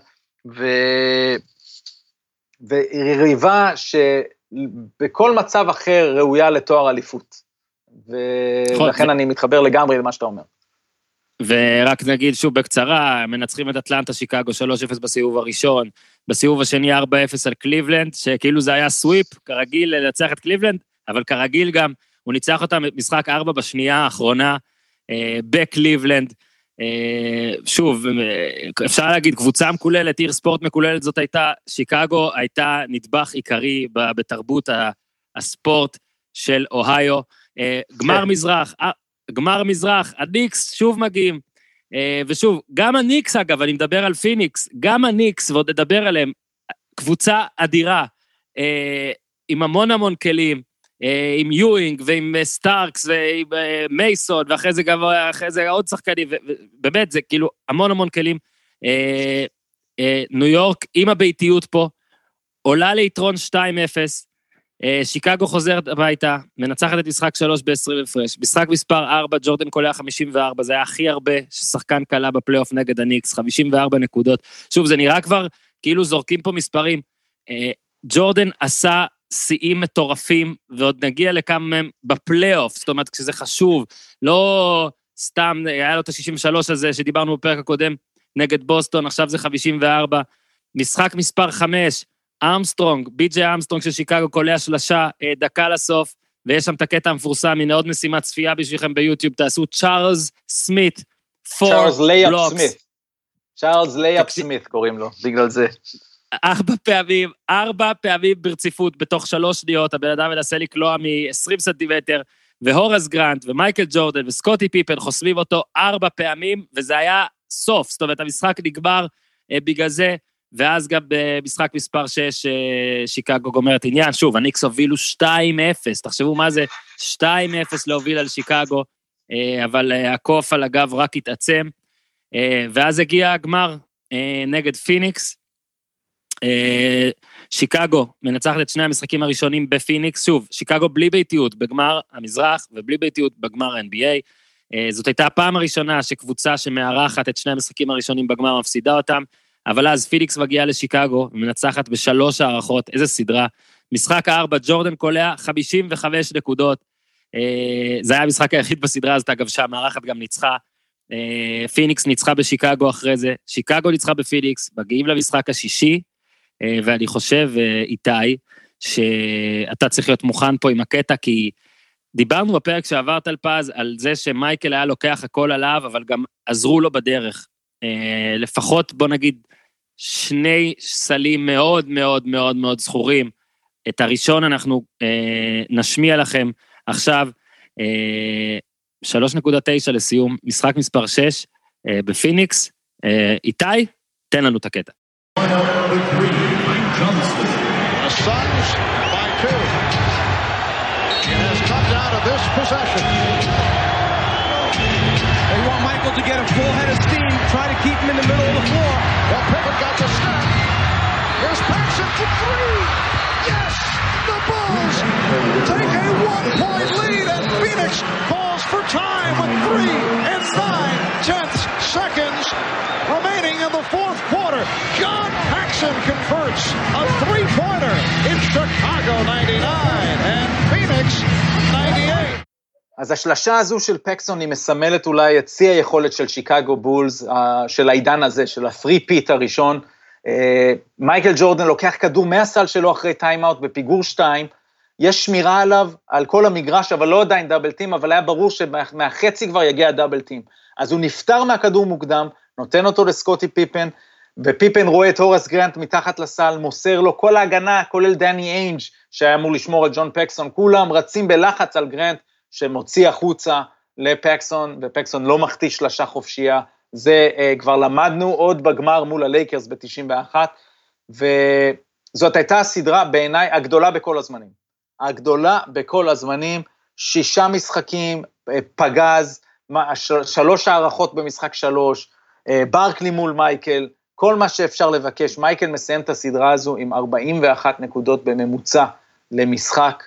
[SPEAKER 3] וריבה שבכל מצב אחר ראויה לתואר אליפות, ולכן אני מתחבר לגמרי למה שאתה אומר.
[SPEAKER 1] ורק נגיד שוב בקצרה, מנצחים את אטלנטה, שיקגו 3-0 בסיבוב הראשון, בסיבוב השני 4-0 על קליבלנד, שכאילו זה היה סוויפ, כרגיל לנצח את קליבלנד, אבל כרגיל גם, הוא ניצח אותם משחק 4 בשנייה האחרונה, בקליבלנד, שוב, אפשר להגיד, קבוצה מקוללת, עיר ספורט מקוללת, זאת הייתה, שיקגו הייתה נדבך עיקרי בתרבות הספורט של אוהיו, גמר מזרח, הניקס שוב מגיעים, ושוב, גם הניקס אגב, אני מדבר על פיניקס, גם הניקס, ועוד נדבר עליהם, קבוצה אדירה, עם המון כלים, עם יואינג, ועם סטארקס, ועם מייסון, ואחרי זה עוד שחקנים, ובאמת זה כאילו המון כלים, ניו יורק עם הביתיות פה, עולה ליתרון 2-0, שיקגו חוזרת הביתה, מנצחת את משחק 3 ב-20 הפרש, משחק מספר 4, ג'ורדן קולע 54, זה היה הכי הרבה ששחקן קלה בפלייאוף נגד הניקס, 54 נקודות, שוב זה נראה כבר כאילו זורקים פה מספרים, ג'ורדן עשה שיאים מטורפים, ועוד נגיע לכמה מהם בפלייאוף, זאת אומרת כשזה חשוב, לא סתם, היה לו את ה-63 הזה שדיברנו בפרק הקודם, נגד בוסטון, עכשיו זה 54, משחק מספר 5, ארמסטרונג, בי.ג'יי ארמסטרונג של שיקגו, קולע שלשה, דקה לסוף, ויש שם את הקטע המפורסם, הנה עוד משימת צפייה בשבילכם ביוטיוב, תעשו צ'ארלס סמית,
[SPEAKER 3] צ'ארלס לייאפ סמית, צ'ארלס לייאפ סמית קוראים לו, בגלל זה.
[SPEAKER 1] 4 פעמים ברציפות, בתוך 3 שניות, הבן אדם מנסה לקלוע מ-20 סנטימטר, והורס גרנט, ומייקל ג'ורדן, וסקוטי פיפן, חוסמים אותו 4 פעמים, וזה היה סוף, זאת אומרת, המשחק נגמר בגלל זה, ואז גם במשחק מספר 6, שיקגו גומרת עניין, שוב, הניקס הובילו 2-0, תחשבו מה זה 2-0 להוביל על שיקגו, אבל הקוף על הגב רק התעצם, ואז הגיע הגמר נגד פיניקס, שיקגו מנצחת את 2 המשחקים הראשונים בפיניקס, שוב, שיקגו בלי ביתיות בגמר המזרח, ובלי ביתיות בגמר ה-NBA, זאת הייתה הפעם הראשונה שקבוצה שמארחת את 2 המשחקים הראשונים בגמר מפסידה אותם, אבל אז פיניקס מגיעה לשיקגו, ומנצחת ב3 הערכות, איזה סדרה, משחק 4, ג'ורדן קולע 55 נקודות, זה היה המשחק היחיד בסדרה הזאת, אגב שהמארחת גם ניצחה, פיניקס ניצחה בשיקגו אחרי זה, שיקגו ניצחה בפיניקס, מגיעים למשחק השישי, ואני חושב, איתי, שאתה צריך להיות מוכן פה עם הקטע, כי דיברנו בפרק שעברת על פז, על זה שמייקל היה לוקח הכל עליו, אבל גם עזרו לו בדרך, לפחות בוא נגיד, 2 סלים מאוד מאוד מאוד מאוד זכורים, את הראשון אנחנו נשמיע לכם עכשיו, 3.9 לסיום, משחק מספר 6 בפיניקס, איתי, תן לנו את הקטע.
[SPEAKER 4] The Suns by 2. It has come down to this possession.
[SPEAKER 5] They want Michael to get a full head of steam, try to keep him in the middle of the floor.
[SPEAKER 4] Well, Pippen got the snap. Here's Paxson for 3. Yes! The Bulls take a 1-point lead, and Phoenix calls for time with 3 seconds remaining in the fourth quarter. John Paxson converts a three-pointer in Chicago 99 and Phoenix 98.
[SPEAKER 3] אז השלשה הזו של פקסון היא מסמלת אולי את שיא היכולת של שיקגו בולס, של העידן הזה, של ה-3-peat הראשון. מייקל ג'ורדן לוקח כדור מהסל שלו אחרי טיימאוט בפיגור 2, יש שמירה עליו, על כל המגרש, אבל לא עדיין דאבל טים, אבל היה ברור שמהחצי כבר יגיע דאבל טים. אז הוא נפטר מהכדור מוקדם, נותן אותו לסקוטי פיפן, ופיפן רואה את הורס גרנט מתחת לסל, מוסר לו כל ההגנה, כולל דני איינג' שהיה אמור לשמור על ג'ון פקסון, כולם רצים בלחץ על גרנט, שמוציא החוצה לפקסון, ופקסון לא מחטיא שלשה חופשייה, זה כבר למדנו עוד בגמר מול הלייקרס ב-91, וזאת הייתה הסדרה בעיניי הגדולה בכל הזמנים. הגדולה בכל הזמנים, 6 משחקים, פגז, 3 הערכות במשחק 3, ברקלי מול מייקל, כל מה שאפשר לבקש, מייקל מסיים את הסדרה הזו עם 41 נקודות בממוצע למשחק,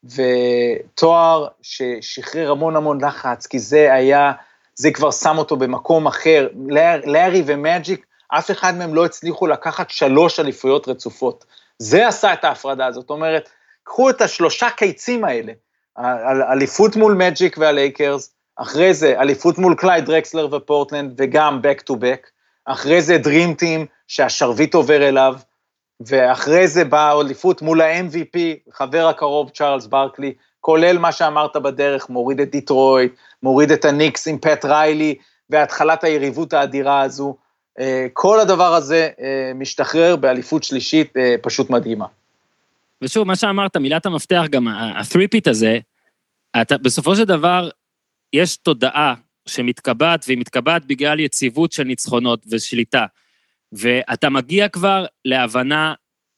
[SPEAKER 3] ותואר ששחרר המון המון לחץ, כי זה כבר שם אותו במקום אחר, לארי ומאג'יק, אף אחד מהם לא הצליחו לקחת 3 אליפויות רצופות, זה עשה את ההפרדה הזאת, זאת אומרת, קחו את 3 קיצים האלה, אליפות מול מאג'יק והלייקרס, אחרי זה אליפות מול קלייד דרקסלר ופורטלנד, וגם back to back, אחרי זה דרים טים שהשרביט עובר אליו, ואחרי זה באה אליפות מול ה-MVP, חבר הקרוב צ'ארלס ברקלי, כולל מה שאמרת בדרך, מוריד את דיטרויט, מוריד את הניקס עם פט ריילי, והתחלת היריבות האדירה הזו, כל הדבר הזה משתחרר באליפות שלישית פשוט מדהימה.
[SPEAKER 1] ושוב, מה שאמרת, מילת המפתח גם, ה-3-peat הזה, בסופו של דבר, יש תודעה שמתקבעת, והיא מתקבעת בגלל יציבות של ניצחונות ושליטה, ואתה מגיע כבר להבנה,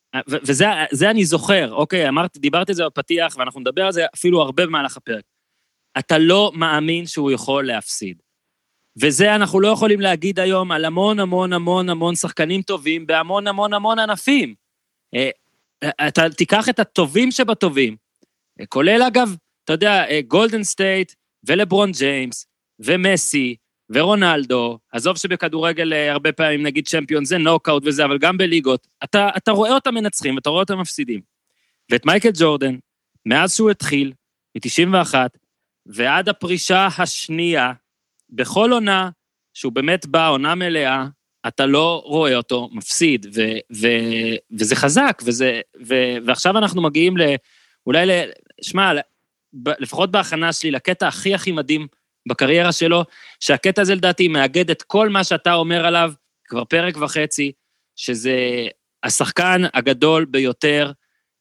[SPEAKER 1] וזה אני זוכר, אוקיי, דיברתי את זה בפתיח, ואנחנו נדבר על זה אפילו הרבה במהלך הפרק, אתה לא מאמין שהוא יכול להפסיד, וזה אנחנו לא יכולים להגיד היום, על המון המון המון המון שחקנים טובים, בהמון המון המון ענפים, אתה תיקח את הטובים שבטובים, כולל אגב, אתה יודע, גולדן סטייט, ולברון ג'יימס, ומסי, ורונלדו, עזוב שבכדורגל הרבה פעמים נגיד צ'מפיון, זה נוקאוט וזה, אבל גם בליגות, אתה רואה אותם מנצחים, אתה רואה אותם מפסידים. ואת מייקל ג'ורדן, מאז שהוא התחיל, מ-91, ועד הפרישה השנייה, בכל עונה, שהוא באמת בא, עונה מלאה, אתה לא רואה אותו מפסיד, וזה חזק, ועכשיו אנחנו מגיעים אולי שמע, לפחות בהכנה שלי, לקטע הכי הכי מדהים בקריירה שלו, שהקטע הזה לדעתי מאגד את כל מה שאתה אומר עליו, כבר פרק וחצי, שזה השחקן הגדול ביותר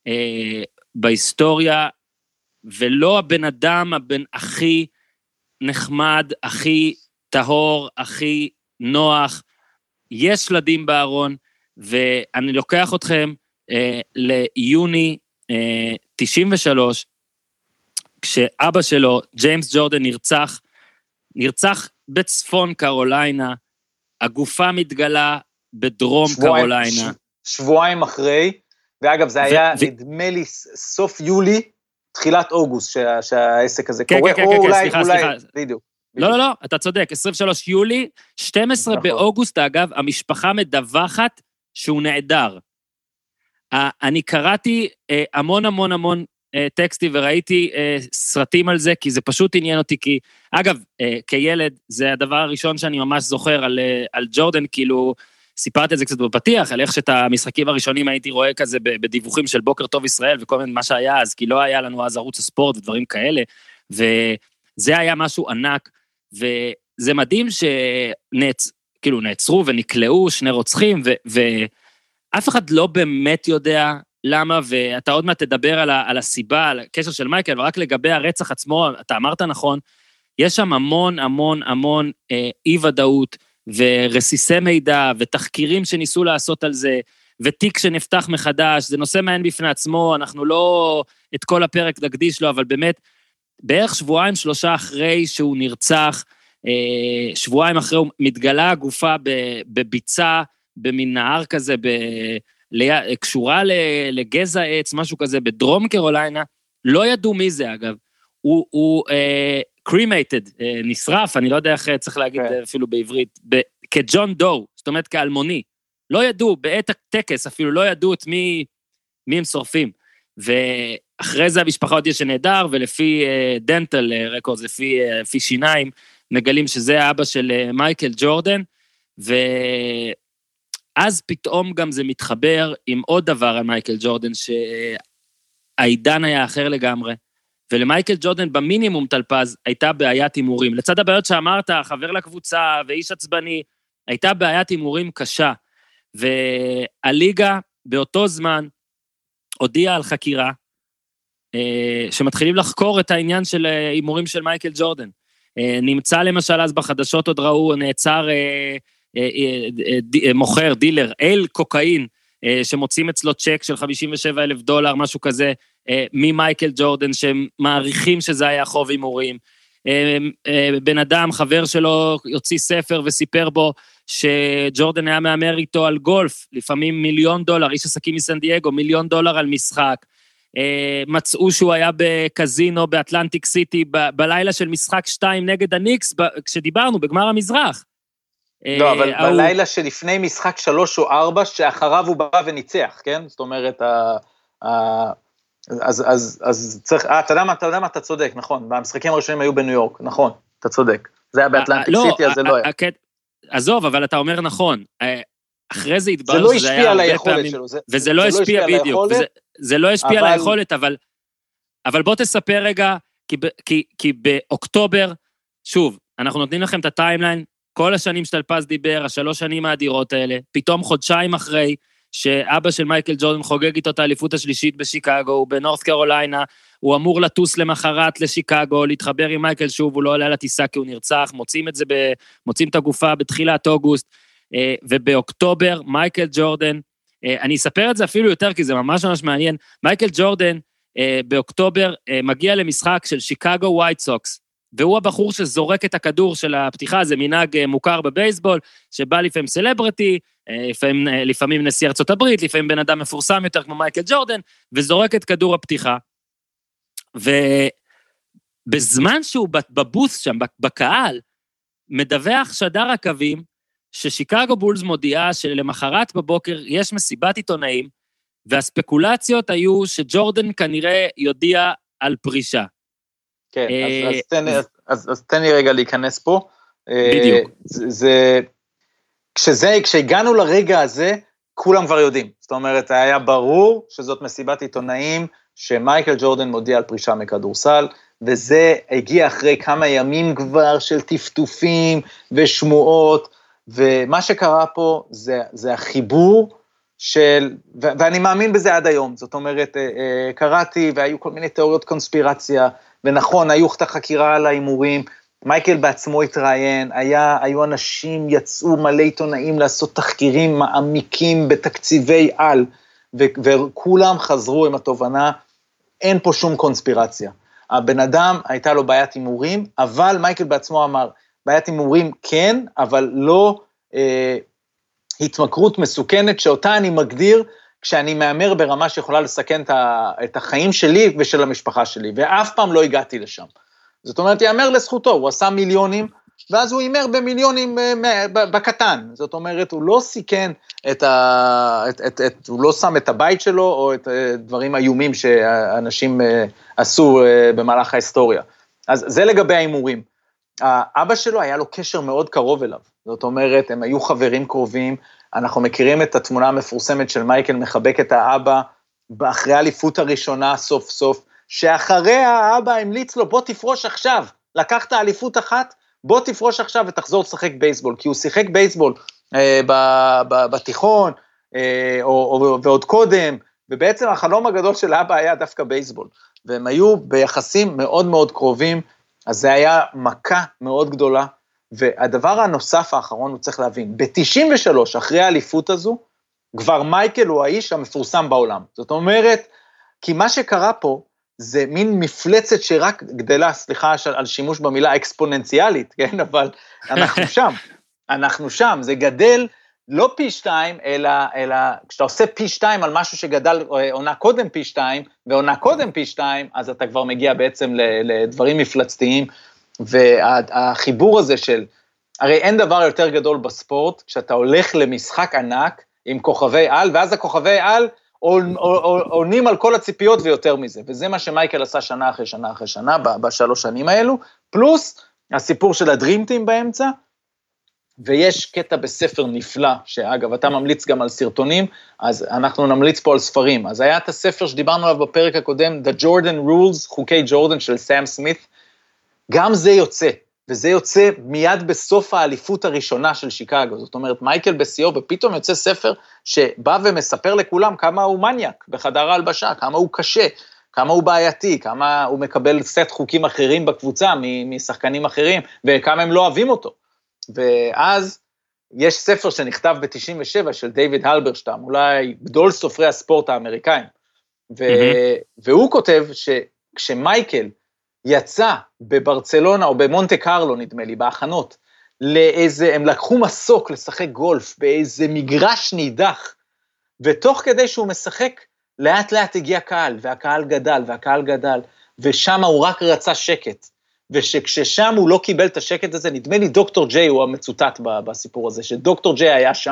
[SPEAKER 1] בהיסטוריה, ולא הבן אדם הכי נחמד, הכי טהור, הכי נוח, יש שלדים בארון, ואני לוקח אתכם ליוני 93, כשאבא שלו, ג'יימס ג'ורדן, נרצח בצפון קרוליינה, הגופה מתגלה בדרום קרוליינה.
[SPEAKER 3] שבועיים אחרי, ואגב זה היה נדמה לי סוף יולי, תחילת אוגוסט שהעסק הזה קורה, או אולי, בדיוק.
[SPEAKER 1] לא, אתה צודק, 23 יולי, 12 באוגוסט, אגב, המשפחה מדווחת שהוא נעדר. אני קראתי המון טקסטים וראיתי סרטים על זה, כי זה פשוט עניין אותי, כי, אגב, כילד, זה הדבר הראשון שאני ממש זוכר על ג'ורדן, כאילו, סיפרתי את זה קצת בפתיח, על איך שאת המשחקים הראשונים הייתי רואה כזה בדיווחים של בוקר טוב ישראל, וכל מיני מה שהיה אז, כי לא היה לנו אז ערוץ הספורט ודברים כאלה, וזה היה משהו ענק, וזה מדהים כאילו נעצרו ונקלעו שני רוצחים, ואף אחד לא באמת יודע למה, ואתה עוד מעט תדבר על הסיבה, על הקשר של מייקל, ורק לגבי הרצח עצמו, אתה אמרת נכון, יש שם המון אי-ודאות, ורסיסי מידע, ותחקירים שניסו לעשות על זה, ותיק שנפתח מחדש, זה נושא מעין בפני עצמו, אנחנו לא את כל הפרק נקדיש לו, אבל באמת, בערך שבועיים שלושה אחרי שהוא נרצח, שבועיים אחרי הוא מתגלה הגופה בביצה, במין נהר כזה, קשורה לגזע עץ, משהו כזה, בדרום קרוליינה, לא ידעו מי זה אגב, הוא cremated, נשרף, אני לא יודע איך צריך להגיד אפילו בעברית, כג'ון דו, זאת אומרת כאלמוני, לא ידעו, בעת הטקס אפילו לא ידעו את מי הם שורפים, ואחרי זה המשפחה עוד יש נהדר, ולפי דנטל רקורדס, לפי שיניים, מגלים שזה האבא של מייקל ג'ורדן, ואז פתאום גם זה מתחבר עם עוד דבר על מייקל ג'ורדן, שהעידן היה אחר לגמרי, ולמייקל ג'ורדן במינימום תלפז הייתה בעיית הימורים. לצד הבעיות שאמרת, חבר לקבוצה ואיש עצבני, הייתה בעיית הימורים קשה, והליגה באותו זמן הודיעה על חקירה, שמתחילים לחקור את העניין של הימורים של מייקל ג'ורדן. נמצא למשל אז בחדשות עוד ראו, נעצר מוכר, דילר, אל קוקאין, שמוצאים אצלו צ'ק של $57,000, משהו כזה, ממייקל ג'ורדן, שמעריכים שזה היה חוב הימורים. בן אדם, חבר שלו, יוציא ספר וסיפר בו, שג'ורדן היה מאמר איתו על גולף, לפעמים $1,000,000, איש עסקים מסן דייגו, $1,000,000 על משחק. מצאו שהוא היה בקזינו, באטלנטיק סיטי, בלילה של משחק 2 נגד הניקס, כשדיברנו, בגמר המזרח.
[SPEAKER 3] לא, אבל בלילה שלפני משחק 3 או 4, שאחריו הוא בא וניצח, כן? זאת אומרת, אז צריך, אתה יודע מה, אתה צודק, נכון, במשחקים הראשונים היו בניו יורק, נכון, אתה צודק, זה היה באטלנטיק סיטי, אז זה לא היה.
[SPEAKER 1] עזוב, אבל אתה אומר נכון, אחרי זה התברר,
[SPEAKER 3] זה לא השפיע על היכולת שלו,
[SPEAKER 1] וזה לא השפיע בדיוק, זה לא השפיע על היכולת, אבל בוא תספר רגע, כי באוקטובר, שוב, אנחנו נותנים לכם את הטיימליין, כל השנים שטלפז דיבר, 3 שנים האדירות האלה, פתאום חודשיים אחרי, שאבא של מייקל ג'ורדן חוגג איתו את האליפות השלישית בשיקגו, הוא בנורת' קרוליינה, הוא אמור לטוס למחרת לשיקגו, להתחבר עם מייקל שוב, הוא לא עולה לטיסה כי הוא נרצח, מוצאים את הגופה בתחילת אוגוסט, ובאוקטובר מייקל ג'ורדן, אני אספר את זה אפילו יותר כי זה ממש ממש מעניין, מייקל ג'ורדן באוקטובר מגיע למשחק של שיקגו ווייט סוקס, והוא הבחור שזורק את הכדור של הפתיחה, זה מנהג מוכר בבייסבול, שבא לפעמים סלבריטי, לפעמים נשיא ארצות הברית, לפעמים בן אדם מפורסם יותר כמו מייקל ג'ורדן, וזורק את כדור הפתיחה. ובזמן שהוא בבוס שם, בקהל, מדווח שדר הקווים, ששיקגו בולס מודיעה שלמחרת בבוקר יש מסיבת עיתונאים, והספקולציות היו שג'ורדן כנראה יודיע על פרישה.
[SPEAKER 3] כן, אז תן לי רגע להיכנס פה.
[SPEAKER 1] בדיוק.
[SPEAKER 3] כשהגענו לרגע הזה, כולם כבר יודעים. זאת אומרת, היה ברור שזאת מסיבת עיתונאים, שמייקל ג'ורדן מודיע על פרישה מכדורסל, וזה הגיע אחרי כמה ימים כבר של טפטופים ושמועות, ומה שקרה פה זה החיבור של, ואני מאמין בזה עד היום, זאת אומרת, קראתי והיו כל מיני תיאוריות קונספירציה, ונכון, היו את החקירה על האימורים, מייקל בעצמו התראיין, היו אנשים, יצאו מלא עיתונאים לעשות תחקירים מעמיקים בתקציבי על, וכולם חזרו עם התובנה, אין פה שום קונספירציה. הבן אדם הייתה לו בעיית אימורים, אבל מייקל בעצמו אמר, בעיית אימורים כן, אבל לא התמכרות מסוכנת, שאותה אני מגדיר, כשאני מאמר ברמה שיכולה לסכן את החיים שלי ושל המשפחה שלי, ואף פעם לא הגעתי לשם. זאת אומרת, יאמר לזכותו, הוא עשה מיליונים, ואז הוא יימר במיליונים בקטן. זאת אומרת, הוא לא סיכן הוא לא שם את הבית שלו, או את דברים איומים שאנשים עשו במהלך ההיסטוריה. אז זה לגבי האימורים. האבא שלו היה לו קשר מאוד קרוב אליו. זאת אומרת, הם היו חברים קרובים, אנחנו מכירים את התמונה המפורסמת של מייקל מחבק את האבא, אחרי האליפות הראשונה סוף סוף, שאחריה האבא המליץ לו, בוא תפרוש עכשיו, לקחת אליפות אחת, בוא תפרוש עכשיו ותחזור לשחק בייסבול, כי הוא שיחק בייסבול בתיכון, ועוד קודם, ובעצם החלום הגדול של האבא היה דווקא בייסבול, והם היו ביחסים מאוד מאוד קרובים, אז זה היה מכה מאוד גדולה, והדבר הנוסף האחרון הוא צריך להבין, ב-93 אחרי האליפות הזו, כבר מייקל הוא האיש המפורסם בעולם, זאת אומרת, כי מה שקרה פה, זה מין מפלצת שרק גדלה, סליחה על שימוש במילה אקספוננציאלית, כן, אבל אנחנו שם, זה גדל לא פי 2, אלא כשאתה עושה פי 2 על משהו שגדל עונה קודם פי 2, ועונה קודם פי 2, אז אתה כבר מגיע בעצם לדברים מפלצתיים, והחיבור הזה של, הרי אין דבר יותר גדול בספורט, כשאתה הולך למשחק ענק עם כוכבי על, ואז הכוכבי על עונים על כל הציפיות ויותר מזה, וזה מה שמייקל עשה שנה אחרי שנה אחרי שנה, בשלוש שנים האלו, פלוס הסיפור של הדרימטים באמצע, ויש קטע בספר נפלא, שאגב, אתה ממליץ גם על סרטונים, אז אנחנו נמליץ פה על ספרים, אז היה את הספר שדיברנו עליו בפרק הקודם, The Jordan Rules, חוקי ג'ורדן של סאם סמית, גם זה יוצא, וזה יוצא מיד בסוף האליפות הראשונה של שיקגו, זאת אומרת, מייקל בסיור, ופתאום יוצא ספר שבא ומספר לכולם כמה הוא מניאק בחדר ההלבשה, כמה הוא קשה, כמה הוא בעייתי, כמה הוא מקבל סט חוקים אחרים בקבוצה, משחקנים אחרים, וכמה הם לא אוהבים אותו. ואז יש ספר שנכתב ב-97 של דיוויד הלברשטאם, אולי גדול סופרי הספורט האמריקאים, והוא כותב שכשמייקל יצא בברצלונה או במונטה קרלו, נדמה לי, בהכנות, הם לקחו מסוק לשחק גולף באיזה מגרש נידח, ותוך כדי שהוא משחק, לאט לאט הגיע קהל, והקהל גדל, והקהל גדל, ושם הוא רק רצה שקט, ושכששם הוא לא קיבל את השקט הזה, נדמה לי דוקטור ג'יי הוא המצוטט בסיפור הזה, שדוקטור ג'יי היה שם,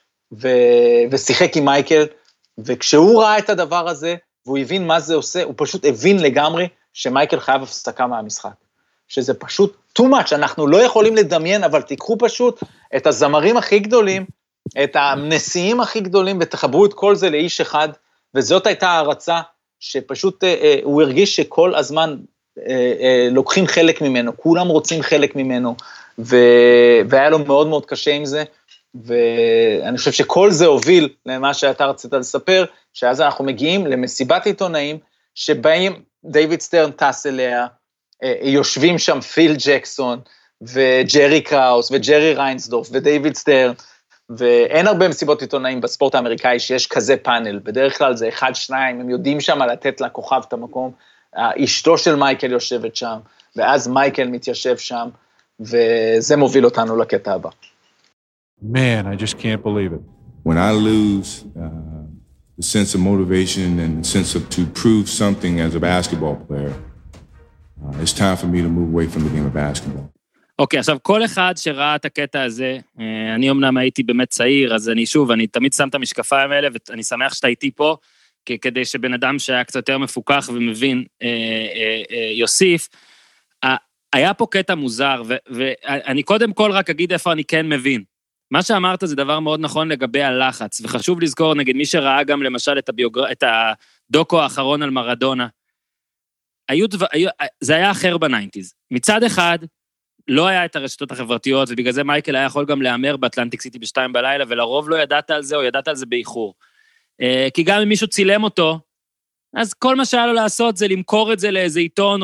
[SPEAKER 3] ושיחק עם מייקל, וכשהוא ראה את הדבר הזה, והוא הבין מה זה עושה, הוא פשוט הבין לגמרי, שמייקל חייב הפסקה מהמשחק, שזה פשוט too much, אנחנו לא יכולים לדמיין, אבל תיקחו פשוט את הזמרים הכי גדולים, את הנשיאים הכי גדולים, ותחברו את כל זה לאיש אחד, וזאת הייתה הרצה, שפשוט הוא הרגיש שכל הזמן לוקחים חלק ממנו, כולם רוצים חלק ממנו, והיה לו מאוד מאוד קשה עם זה, ואני חושב שכל זה הוביל למה שאתה רצית לספר, שאז אנחנו מגיעים למסיבת עיתונאים, שבאים דיוויד סטרן טס אליה, יושבים שם פיל ג'קסון, וג'רי קראוס, וג'רי ריינסדורף, ודייוויד סטרן, ואין הרבה מסיבות עיתונאים בספורט האמריקאי שיש כזה פאנל, בדרך כלל זה 1-2, הם יודעים שם לתת לכוכב את המקום, אשתו של מייקל יושבת שם, ואז מייקל מתיישב שם, וזה מוביל אותנו לקטע הבא.
[SPEAKER 6] Man, I just can't believe it.
[SPEAKER 7] When I lose the sense of motivation and the sense of to prove something as a basketball player, it's time for me to move away from the game of basketball.
[SPEAKER 1] אוקיי, עכשיו כל אחד שראה את הקטע הזה, אני אמנם הייתי באמת צעיר, אז אני תמיד שם את המשקפיים האלה, ואני שמח שאתה איתי פה, כדי שבן אדם שהיה קצת יותר מפוקח ומבין, יוסיף, היה פה קטע מוזר, ואני קודם כל רק אגיד איפה אני כן מבין. מה שאמרת זה דבר מאוד נכון לגבי הלחץ, וחשוב לזכור, נגיד מי שראה גם למשל את הדוקו האחרון על מרדונה, זה היה אחר בניינטיז. מצד אחד, לא היה את הרשתות החברתיות, ובגלל זה מייקל היה יכול גם להאמר באטלנטיק סיטי ב-2 בלילה, ולרוב לא ידעת על זה, או ידעת על זה באיחור. כי גם אם מישהו צילם אותו, אז כל מה שהיה לו לעשות זה למכור את זה לאיזה עיתון,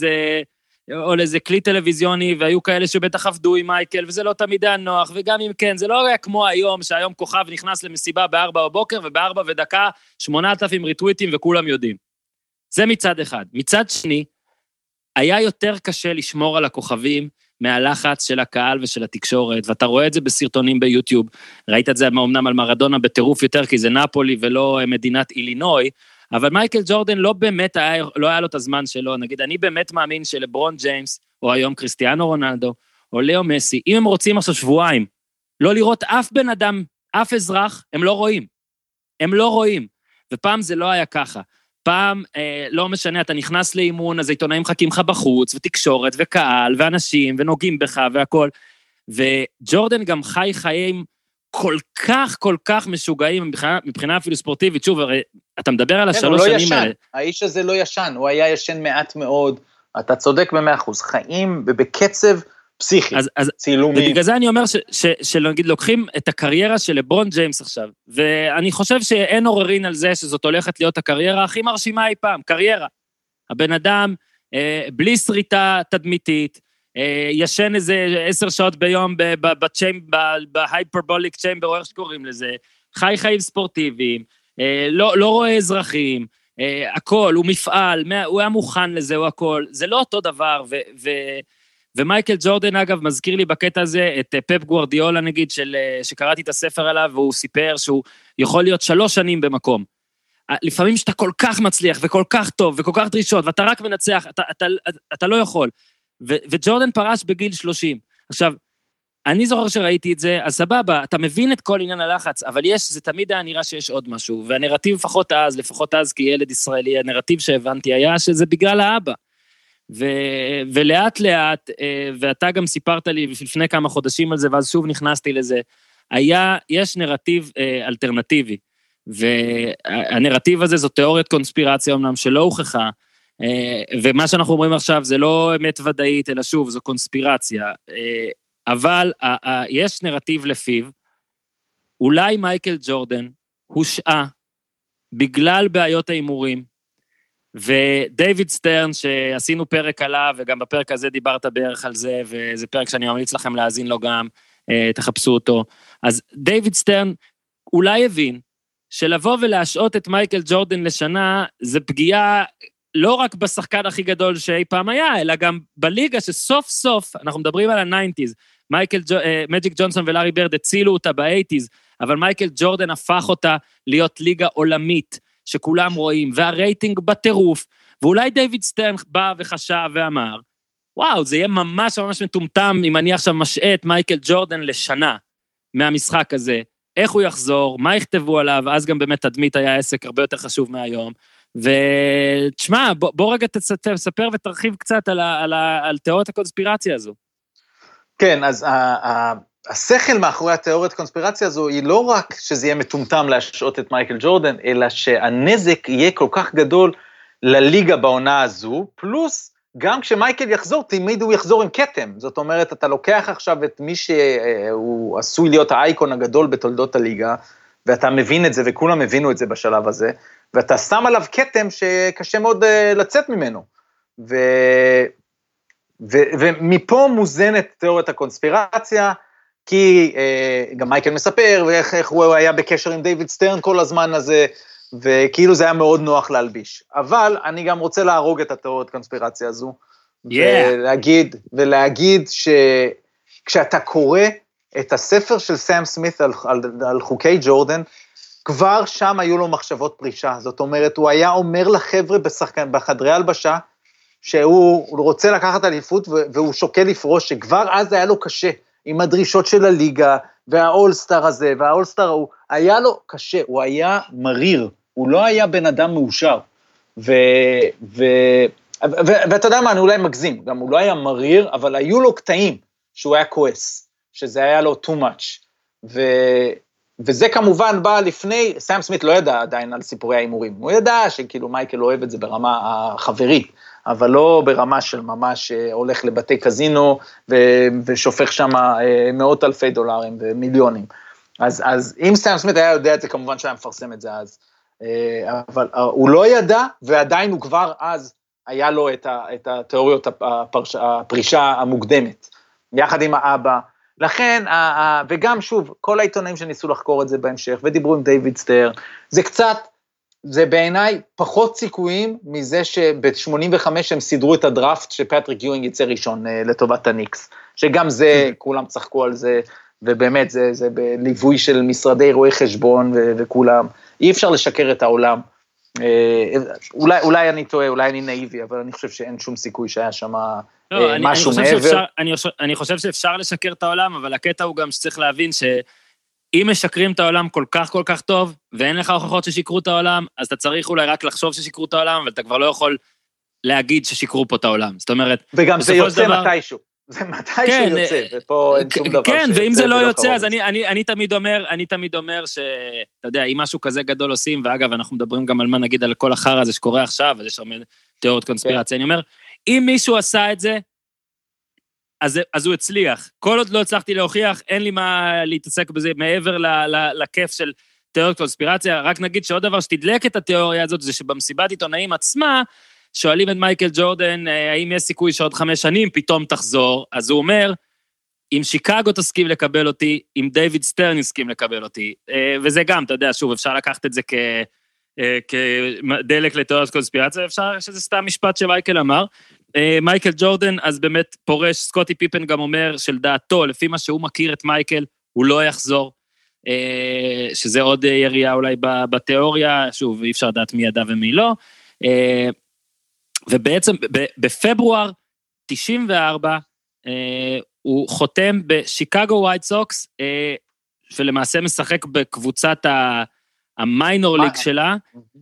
[SPEAKER 1] או לאיזה כלי טלוויזיוני, והיו כאלה שבטח עבדו עם מייקל, וזה לא תמיד היה נוח, וגם אם כן, זה לא היה כמו היום, שהיום כוכב נכנס למסיבה ב-4 בבוקר, וב-4 ודקה 8,000 ריטוויטים, וכולם יודעים. זה מצד אחד. מצד שני, היה יותר קשה לשמור על הכוכבים, מהלחץ של הקהל ושל התקשורת, ואתה רואה את זה בסרטונים ביוטיוב, ראית את זה אמנם על מרדונה בטירוף יותר, כי זה נפולי ולא מדינת אילינוי, אבל מייקל ג'ורדן לא באמת לא היה לו את הזמן שלו, נגיד, אני באמת מאמין שלברון ג'יימס, או היום קריסטיאנו רונלדו, או לאו מסי, אם הם רוצים עכשיו שבועיים, לא לראות אף בן אדם, אף אזרח, הם לא רואים, ופעם זה לא היה ככה, פעם, לא משנה, אתה נכנס לאימון, אז העיתונאים מחכים לך בחוץ, ותקשורת, וקהל, ואנשים, ונוגעים בך, והכל, וג'ורדן גם חי חיים כל כך משוגעים, מבחינה אפילו ספורטיבית, שוב, הרי אתה מדבר על השלוש שנים האלה.
[SPEAKER 3] האיש הזה לא ישן, הוא היה ישן מעט מאוד, אתה צודק ב100%, חיים ובקצב פסיכי, צילומים.
[SPEAKER 1] ובגלל זה אני אומר שנגיד לוקחים את הקריירה של לברון ג'יימס עכשיו, ואני חושב שאין עוררין על זה שזאת הולכת להיות הקריירה הכי מרשימה אי פעם, קריירה. הבן אדם, בלי שריטה תדמיתית, ישן איזה 10 שעות ביום בהייפרבוליק צ'יימבר, או איך שקוראים לזה, חי חיים ספורטיביים, לא רואה אזרחים, הכל, הוא מפעל, הוא היה מוכן לזה, הוא הכל, זה לא אותו דבר, ומייקל ג'ורדן, אגב, מזכיר לי בקטע הזה את פפ גוארדיולה, נגיד, שקראתי את הספר עליו, והוא סיפר שהוא יכול להיות 3 שנים במקום. לפעמים שאתה כל כך מצליח, וכל כך טוב, וכל כך דרישות, ואתה רק מנצח, אתה לא יכול. וג'ורדן פרש בגיל 30. עכשיו, אני זוכר שראיתי את זה, אז סבבה, אתה מבין את כל עניין הלחץ, אבל זה תמיד היה נראה שיש עוד משהו, והנרטיב לפחות אז כילד ישראלי, הנרטיב שהבנתי היה שזה בגלל האבא. ולאט לאט, ואתה גם סיפרת לי לפני כמה חודשים על זה, ואז שוב נכנסתי לזה, יש נרטיב אלטרנטיבי, והנרטיב הזה זו תיאוריית קונספירציה אמנם שלא הוכחה, ומה שאנחנו אומרים עכשיו זה לא אמת ודאית, אלא שוב, זו קונספירציה, אבל יש נרטיב לפיו, אולי מייקל ג'ורדן הושעה, בגלל בעיות האימורים, ודייוויד סטרן, שעשינו פרק עליו, וגם בפרק הזה דיברת בערך על זה, וזה פרק שאני ממליץ לכם להאזין לו גם, תחפשו אותו, אז דייוויד סטרן אולי הבין, שלבוא ולהשעות את מייקל ג'ורדן לשנה, זה פגיעה לא רק בשחקן הכי גדול שאי פעם היה, אלא גם בליגה שסוף סוף, אנחנו מדברים על ה-90s, מג'יק ג'ונסון ולארי ברד הצילו אותה ב-80s, אבל מייקל ג'ורדן הפך אותה להיות ליגה עולמית, שכולם רואים, והרייטינג בטירוף, ואולי דיוויד סטרן בא וחשב ואמר, וואו, זה יהיה ממש מטומטם, אם אני עכשיו משעה את מייקל ג'ורדן לשנה, מהמשחק הזה, איך הוא יחזור, מה יכתבו עליו, אז גם באמת תדמית היה עסק הרבה יותר חשוב מהיום, ותשמע, בוא רגע תספר ותרחיב קצת על תיאוריית הקונספירציה הזו.
[SPEAKER 3] כן, אז השכל מאחורי התיאוריית הקונספירציה הזו, היא לא רק שזה יהיה מטומטם להשעות את מייקל ג'ורדן, אלא שהנזק יהיה כל כך גדול לליגה בעונה הזו, פלוס גם כשמייקל יחזור, תמיד הוא יחזור עם קטם, זאת אומרת, אתה לוקח עכשיו את מי שהוא עשוי להיות האייקון הגדול בתולדות הליגה, ואתה מבין את זה, וכולם הבינו את זה בשלב הזה, ואתה שם עליו קטם שקשה מאוד לצאת ממנו. ומפה מוזנת תיאוריית הקונספירציה, כי גם מייקל מספר, ואיך הוא היה בקשר עם דיוויד סטרן כל הזמן הזה, וכאילו זה היה מאוד נוח להלביש. אבל אני גם רוצה להרוג את התיאוריית הקונספירציה הזו, ולהגיד שכשאתה קורא את הספר של סאם סמית על חוקי ג'ורדן, כבר שם היו לו מחשבות פרישה, זאת אומרת, הוא היה אומר לחבר'ה בחדרי הלבשה, שהוא רוצה לקחת אליפות, והוא שוקל לפרוש, שכבר אז היה לו קשה, עם הדרישות של הליגה, והאולסטאר הזה, והאולסטאר הוא, היה לו קשה, הוא היה מריר, הוא לא היה בן אדם מאושר, ואתה יודע מה, אני אולי מגזים, גם הוא לא היה מריר, אבל היו לו קטעים, שהוא היה כועס, שזה היה לו too much, וזה כמובן בא לפני, סאם סמית לא ידע עדיין על סיפורי האימורים, הוא ידע שכאילו מייקל אוהב את זה ברמה החברית, אבל לא ברמה של ממש הולך לבתי קזינו, ושופך שם מאות אלפי דולרים ומיליונים. אז אם סאם סמית היה יודע את זה, כמובן שהיה מפרסם את זה אז, אבל הוא לא ידע, ועדיין הוא כבר אז היה לו את התיאוריות הפרישה המוקדמת, יחד עם האבא, לכן, וגם שוב, כל העיתונאים שניסו לחקור את זה בהמשך, ודיברו עם דיוויד סטרן, זה קצת, זה בעיניי פחות סיכויים מזה שב-85 הם סידרו את הדראפט שפטריק יואינג יצא ראשון לטובת הניקס, שגם זה, כולם צחקו על זה, ובאמת זה בליווי של משרדי רואי חשבון וכולם, אי אפשר לשקר את העולם, אולי אני טועה, אולי אני נאיבי, אבל אני חושב שאין שום סיכוי שהיה שם משהו מעבר.
[SPEAKER 1] אני חושב שאפשר לשקר את העולם, אבל הקטע הוא גם שצריך להבין שאם משקרים את העולם כל כך טוב, ואין לך הוכחות ששיקרו את העולם, אז אתה צריך אולי רק לחשוב ששיקרו את העולם, אבל אתה כבר לא יכול להגיד ששיקרו פה את העולם. זאת אומרת,
[SPEAKER 3] וגם זה יוצא מתישהו. זה מתישהו יוצא, ופה אין שום דבר.
[SPEAKER 1] כן, ואם זה לא יוצא, אז אני תמיד אומר שאתה יודע, אם משהו כזה גדול עושים, ואגב, אנחנו מדברים גם על מה נגיד על כל החר הזה שקורה עכשיו, אז יש הרבה תיאוריות קונספירציה, אני אומר, אם מישהו עשה את זה, אז הוא הצליח. כל עוד לא הצלחתי להוכיח, אין לי מה להתעסק בזה מעבר לכיף של תיאוריות קונספירציה, רק נגיד שעוד דבר שתדלק את התיאוריה הזאת, זה שבמסיבת עיתונאים עצמה, שואלים את מייקל ג'ורדן, האם יש סיכוי שעוד 5 שנים פתאום תחזור, אז הוא אומר, אם שיקגו תסכים לקבל אותי, אם דיוויד סטרן יסכים לקבל אותי, וזה גם, אתה יודע, שוב, אפשר לקחת את זה כדלק לתיאוריות קונספירציה, אפשר שזה סתם משפט שמייקל אמר, מייקל ג'ורדן, אז באמת פורש, סקוטי פיפן גם אומר, של דעתו, לפי מה שהוא מכיר את מייקל, הוא לא יחזור, שזה עוד יריעה אולי בתיאוריה, שוב, אי אפשר לדעת מי ידע ומי לא, ובעצם בפברואר 94, הוא חותם בשיקגו ווייט סוקס, ולמעשה משחק בקבוצת המיינור ליג שלה,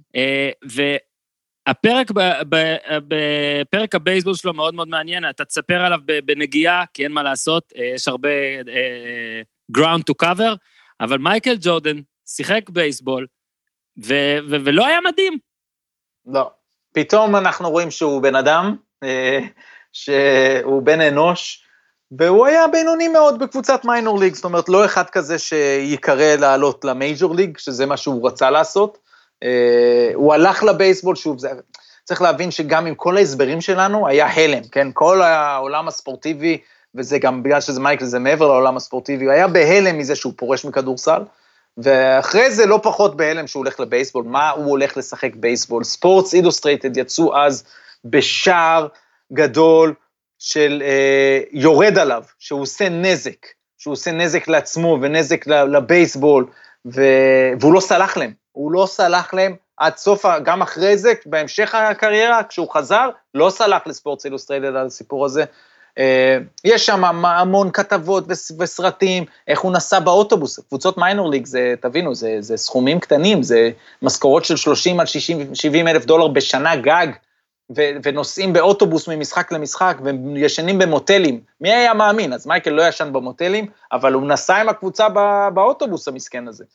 [SPEAKER 1] והפרק בפרק הבייסבול שלו מאוד מאוד מעניין, אתה תספר עליו בנגיעה, כי אין מה לעשות, יש הרבה ground to cover, אבל מייקל ג'ורדן שיחק בייסבול, ולא היה מדהים.
[SPEAKER 3] לא. פתאום אנחנו רואים שהוא בן אדם, שהוא בן אנוש, והוא היה בינוני מאוד בקבוצת מיינור ליג, זאת אומרת, לא אחד כזה שיקרא לעלות למייג'ור ליג, שזה מה שהוא רצה לעשות, הוא הלך לבייסבול, שוב, צריך להבין שגם עם כל ההסברים שלנו, היה הלם, כן, כל העולם הספורטיבי, וזה גם בגלל שזה מייקל, זה מעבר לעולם הספורטיבי, הוא היה בהלם מזה שהוא פורש מכדורסל, ואחרי זה לא פחות בהלם שהוא הולך לבייסבול, מה הוא הולך לשחק בייסבול, ספורטס אילוסטרייטד יצאו אז בשער גדול של יורד עליו, שהוא עושה נזק לעצמו ונזק לבייסבול, והוא לא סלח להם, עד סוף, גם אחרי זה, בהמשך הקריירה, כשהוא חזר, לא סלח לספורטס אילוסטרייטד על הסיפור הזה, יש שם המון כתבות וסרטים, איך הוא נסע באוטובוס, קבוצות מיינור ליג, תבינו, זה סכומים קטנים, זה משכורות של 30 עד 70 אלף דולר בשנה גג, ונוסעים באוטובוס ממשחק למשחק, וישנים במוטלים, מי היה מאמין? אז מייקל לא ישן במוטלים, אבל הוא נסע עם הקבוצה באוטובוס המסכן הזה,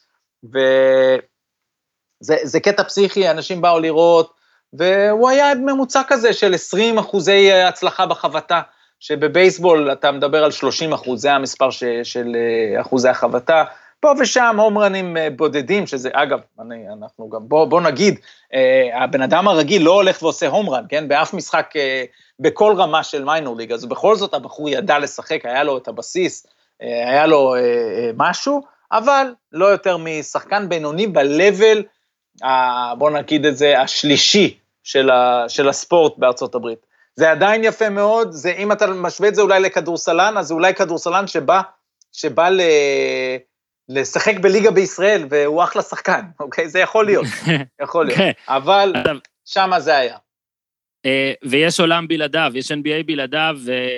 [SPEAKER 3] וזה קטע פסיכי, אנשים באו לראות, והוא היה ממוצע כזה של 20% הצלחה בחבטה, שבבייסבול אתה מדבר על 30%, זה המספר של אחוזי החבטה, פה ושם הומרנים בודדים, שזה אגב, אנחנו גם, בוא נגיד, הבן אדם הרגיל לא הולך ועושה הומרן, כן, באף משחק, בכל רמה של מיינור ליג, אז בכל זאת הבחור ידע לשחק, היה לו את הבסיס, היה לו משהו, אבל לא יותר משחקן בינוני בלבל, בוא נגיד את זה, השלישי של הספורט בארצות הברית. זה עדיין יפה מאוד, זה, אם אתה משווה את זה אולי לכדורסלן, אז אולי כדורסלן שבא לשחק בליגה בישראל, והוא אחלה שחקן, אוקיי? זה יכול להיות, יכול להיות, אבל שמה זה היה.
[SPEAKER 1] ויש עולם בלעדיו, יש NBA בלעדיו,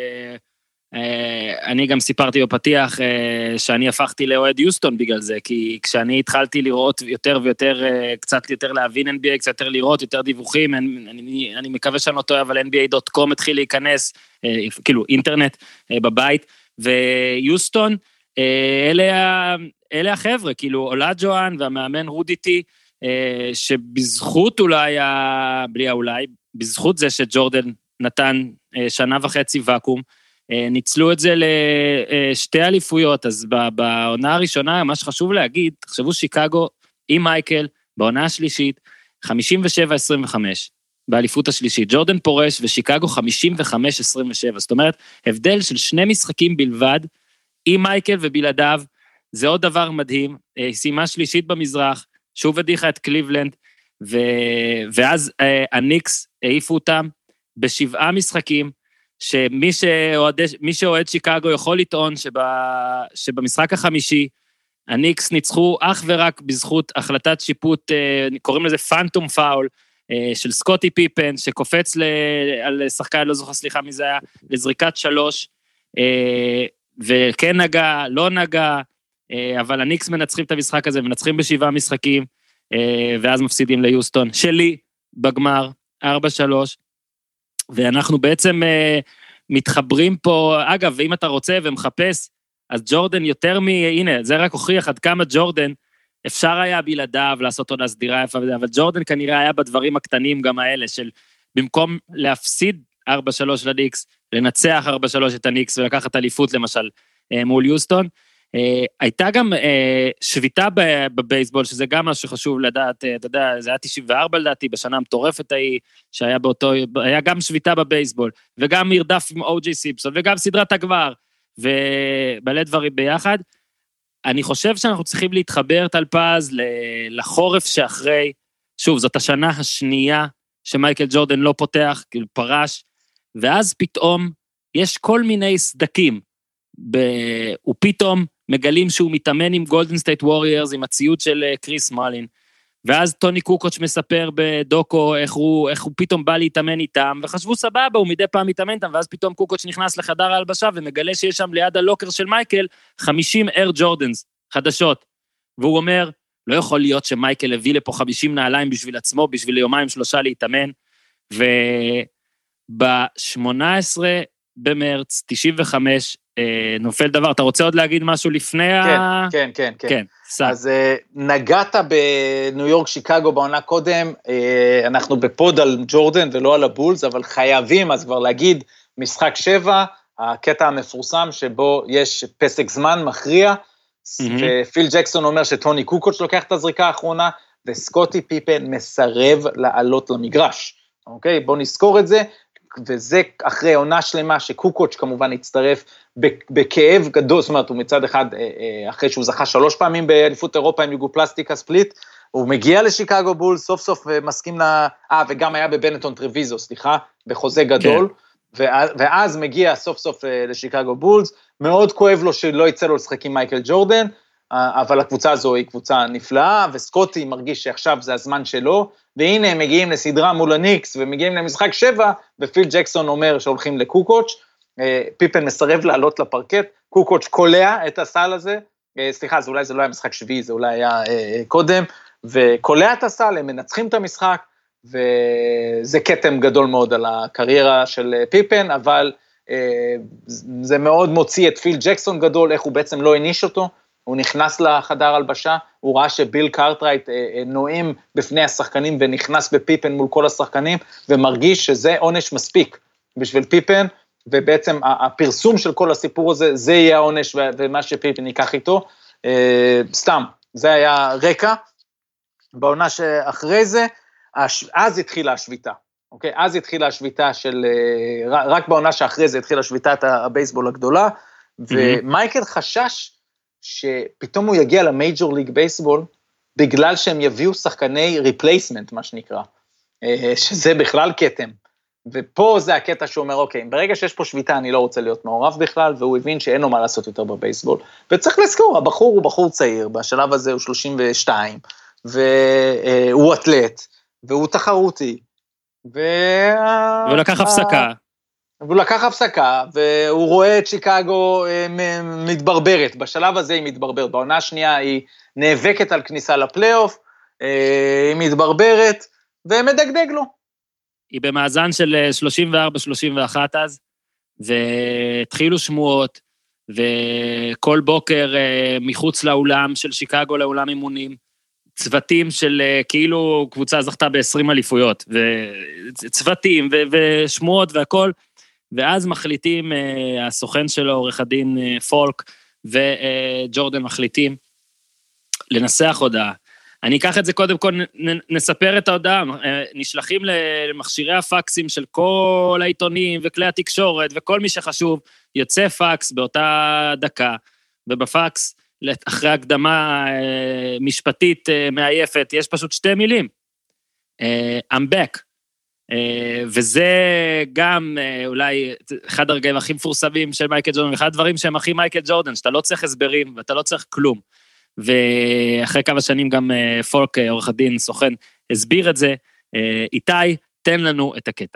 [SPEAKER 1] אני גם סיפרתי בפתיח שאני הפכתי לאוהד יוסטון בגלל זה, כי כשאני התחלתי לראות יותר ויותר, קצת יותר להבין NBA, קצת יותר לראות, יותר דיווחים, אני מקווה שאני לא טועה, אבל NBA.com התחיל להיכנס, כאילו אינטרנט בבית, ויוסטון, אלה החבר'ה, כאילו אולג'ואן והמאמן רודיטי, שבזכות אולי, בלי האולי, בזכות זה שג'ורדן נתן 1.5 שנה ואקום, ניצלו את זה לשתי אליפויות, אז בעונה הראשונה, מה שחשוב להגיד, תחשבו שיקגו עם מייקל, בעונה השלישית, 57-25, באליפות השלישית, ג'ורדן פורש ושיקגו 55-27, זאת אומרת, הבדל של 2 משחקים בלבד, עם מייקל ובלעדיו, זה עוד דבר מדהים, סיימה שלישית במזרח, שוב הדיחה את קליבלנד, ואז הניקס העיפו אותם ב7 משחקים, שמי שאוהד שיקגו יכול לטעון שבמשחק החמישי, הניקס ניצחו אך ורק בזכות החלטת שיפוט, קוראים לזה פנטום פאול, של סקוטי פיפן, שקופץ על שחקן, לא זוכר סליחה מי זה היה, לזריקת 3, וכן נגע, לא נגע, אבל הניקס מנצחים את המשחק הזה, מנצחים ב7 משחקים, ואז מפסידים ליוסטון, שלי בגמר, 4-3, ואנחנו בעצם מתחברים פה, אגב, ואם אתה רוצה ומחפש, אז ג'ורדן יותר הנה, זה רק הוכיח עד כמה ג'ורדן, אפשר היה בלעדיו לעשות עוד הסדירה יפה, אבל ג'ורדן כנראה היה בדברים הקטנים גם האלה, של במקום להפסיד 4-3 לניקס, לנצח 4-3 את הניקס, ולקחת אליפות למשל מול יוסטון, הייתה גם שביתה בבייסבול, שזה גם משהו שחשוב לדעת, אתה יודע, זה היה 94 לדעתי, בשנה המטורפת ההיא, שהיה באותו, היה גם שביתה בבייסבול, וגם מרדף עם אוג'י סימפסון, וגם סדרת הגבר, ובעלי דברים ביחד. אני חושב שאנחנו צריכים להתחבר טלפז לחורף שאחרי, שוב, זאת השנה השנייה שמייקל ג'ורדן לא פותח, כאילו פרש, ואז פתאום יש כל מיני סדקים, ופתאום מגלים שהוא מתאמן עם גולדן סטייט ווריורס, עם הציוד של קריס מלין, ואז טוני קוקוץ' מספר בדוקו איך הוא פתאום בא להתאמן איתם, וחשבו סבבה, הוא מדי פעם מתאמן איתם, ואז פתאום קוקוץ' נכנס לחדר ההלבשה, ומגלה שיש שם ליד הלוקר של מייקל, 50 אייר ג'ורדנס חדשות, והוא אומר, לא יכול להיות שמייקל הביא לפה 50 נעליים בשביל עצמו, בשביל 2-3 להתאמן, וב-18 במרץ 95, נופל דבר, אתה רוצה עוד להגיד משהו לפני
[SPEAKER 3] כן. אז נגעת בניו יורק שיקגו בעונה קודם, אנחנו בפוד על ג'ורדן ולא על הבולס, אבל חייבים אז כבר להגיד משחק 7, הקטע המפורסם שבו יש פסק זמן מכריע, ופיל ג'קסון אומר שטוני קוקוץ' לוקח את הזריקה האחרונה, וסקוטי פיפן מסרב לעלות למגרש, אוקיי? בוא נזכור את זה, וזה אחרי עונה שלמה שקוקוץ' כמובן הצטרף בכאב גדול, זאת אומרת, הוא מצד אחד, אחרי שהוא זכה 3 פעמים באליפות אירופה עם יוגופלסטיקה ספליט, הוא מגיע לשיקגו בול, סוף סוף מסכים וגם היה בבנטון טרוויזו, סליחה, בחוזה גדול, ואז מגיע סוף סוף לשיקגו בולס, מאוד כואב לו שלא יצא לו לשחק עם מייקל ג'ורדן, אבל הקבוצה הזו היא קבוצה נפלאה, וסקוטי מרגיש שעכשיו זה הזמן שלו, והנה הם מגיעים לסדרה מול הניקס, ומגיעים למשחק 7, ופיל ג'קסון אומר שהולכים לקוקוץ', פיפן מסרב לעלות לפרקט, קוקוץ' קולע את הסל הזה, סליחה, אז אולי זה לא היה משחק 7, זה אולי היה קודם, וקולע את הסל, הם מנצחים את המשחק, וזה קטם גדול מאוד על הקריירה של פיפן, אבל זה מאוד מוציא את פיל ג'קסון גדול, איך הוא בעצם לא הניש אותו, הוא נכנס לחדר הלבשה, הוא ראה שביל קארטרייט נועים בפני השחקנים, ונכנס בפיפן מול כל השחקנים, ומרגיש שזה עונש מספיק בשביל פיפן, ובעצם הפרסום של כל הסיפור הזה, זה יהיה העונש, ומה שפיפן ייקח איתו, סתם, זה היה רקע, בעונה שאחרי זה, אז התחילה השביתה, אוקיי? אז התחילה השביתה של, רק בעונה שאחרי זה התחילה שביתת הבייסבול הגדולה, ומייקל חשש שפתאום הוא יגיע למייג'ור ליג בייסבול, בגלל שהם יביאו שחקני ריפלייסמנט, מה שנקרא, שזה בכלל קטם, ופה זה הקטע שהוא אומר, אוקיי, ברגע שיש פה שביתה, אני לא רוצה להיות מעורב בכלל, והוא הבין שאין לו מה לעשות יותר בבייסבול. וצריך לזכור, הבחור הוא בחור צעיר, בשלב הזה הוא 32, והוא אתלט, והוא תחרותי,
[SPEAKER 1] והוא לקח הפסקה.
[SPEAKER 3] והוא לקח הפסקה, והוא רואה את שיקגו מתברברת, בשלב הזה היא מתברברת, בעונה השנייה היא נאבקת על כניסה לפלייאוף, היא מתברברת, ומדגדג לו.
[SPEAKER 1] היא במאזן של 34-31 אז, והתחילו שמועות, וכל בוקר מחוץ לאולם של שיקגו לאולם אימונים, צוותים של כאילו קבוצה זכתה ב-20 אליפויות, וצוותים ושמועות והכל, ואז מחליטים, הסוכן שלו, עורך הדין פולק, וג'ורדן מחליטים לנסח הודעה. אני אקח את זה קודם כל, נספר את ההודעה, נשלחים למכשירי הפקסים של כל העיתונים וכלי התקשורת וכל מי שחשוב, יוצא פקס באותה דקה, ובפקס, אחרי הקדמה משפטית מעייפת, יש פשוט 2 מילים, I'm back, וזה גם אולי אחד הרגעים הכי מפורסמים של מייקל ג'ורדן, ואחד הדברים שהם הכי מייקל ג'ורדן, שאתה לא צריך הסברים ואתה לא צריך כלום, ואחרי כמה שנים גם פולק, עורך הדין, סוכן, הסביר את זה. איתי, תן לנו את הקטע.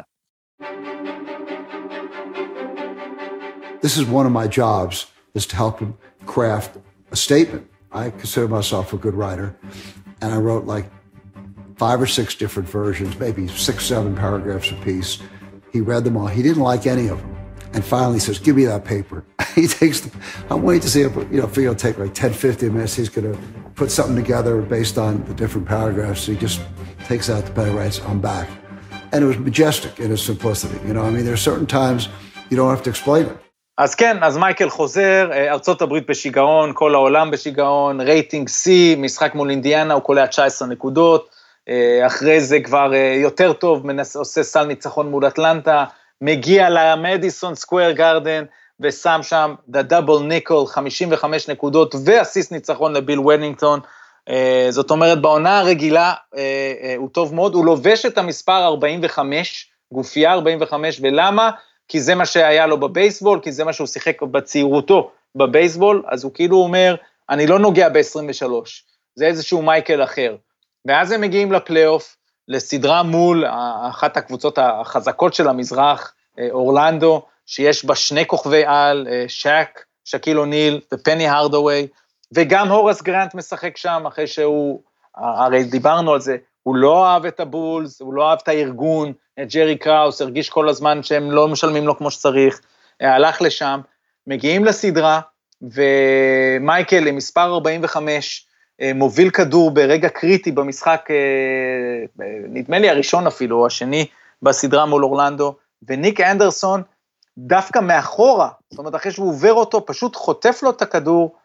[SPEAKER 8] This is one of my jobs, is to help him craft a statement. I consider myself a good writer, and I wrote like 5 or 6 different versions, maybe 6, 7 paragraphs a piece. He read them all. He didn't like any of them. And finally he says, give me that paper. He takes I'm waiting to see if, figure it'll take like 10, 15 minutes. He's going to put something together based on the different paragraphs. So he just takes out the pen and writes, I'm back. And it was majestic in its simplicity. There are certain times you don't have to explain it.
[SPEAKER 3] אז כן, אז מייקל חוזר, ארצות הברית בשיגעון, כל העולם בשיגעון, רייטינג C, משחק מול אינדיאנה, הוא קולע 19 נקודות, אחרי זה כבר יותר טוב, עושה סל ניצחון מול אטלנטה, מגיע למדיסון סקוואר גארדן, ושם שם דאבל ניקול, 55 נקודות, ואסיס ניצחון לביל ונינגטון, זאת אומרת, בעונה הרגילה הוא טוב מאוד, הוא לובש את המספר 45, גופייה 45, ולמה? כי זה מה שהיה לו בבייסבול, כי זה מה שהוא שיחק בצעירותו בבייסבול, אז הוא כאילו אומר, אני לא נוגע ב-23, זה איזשהו מייקל אחר. ואז הם מגיעים לפלייאוף, לסדרה מול אחת הקבוצות החזקות של המזרח, אורלנדו, שיש בה 2 כוכבי על, שקיל אוניל ופני הרדווי, וגם הורס גרנט משחק שם, אחרי שהוא, הרי דיברנו על זה, הוא לא אהב את הבולס, הוא לא אהב את הארגון, את ג'רי קראוס, הרגיש כל הזמן שהם לא משלמים לו כמו שצריך, הלך לשם, מגיעים לסדרה, ומייקל למספר 45, מוביל כדור ברגע קריטי במשחק, נדמה לי הראשון אפילו, השני בסדרה מול אורלנדו, וניק אנדרסון, דווקא מאחורה, זאת אומרת, אחרי שהוא עובר אותו, פשוט חוטף לו את הכדור,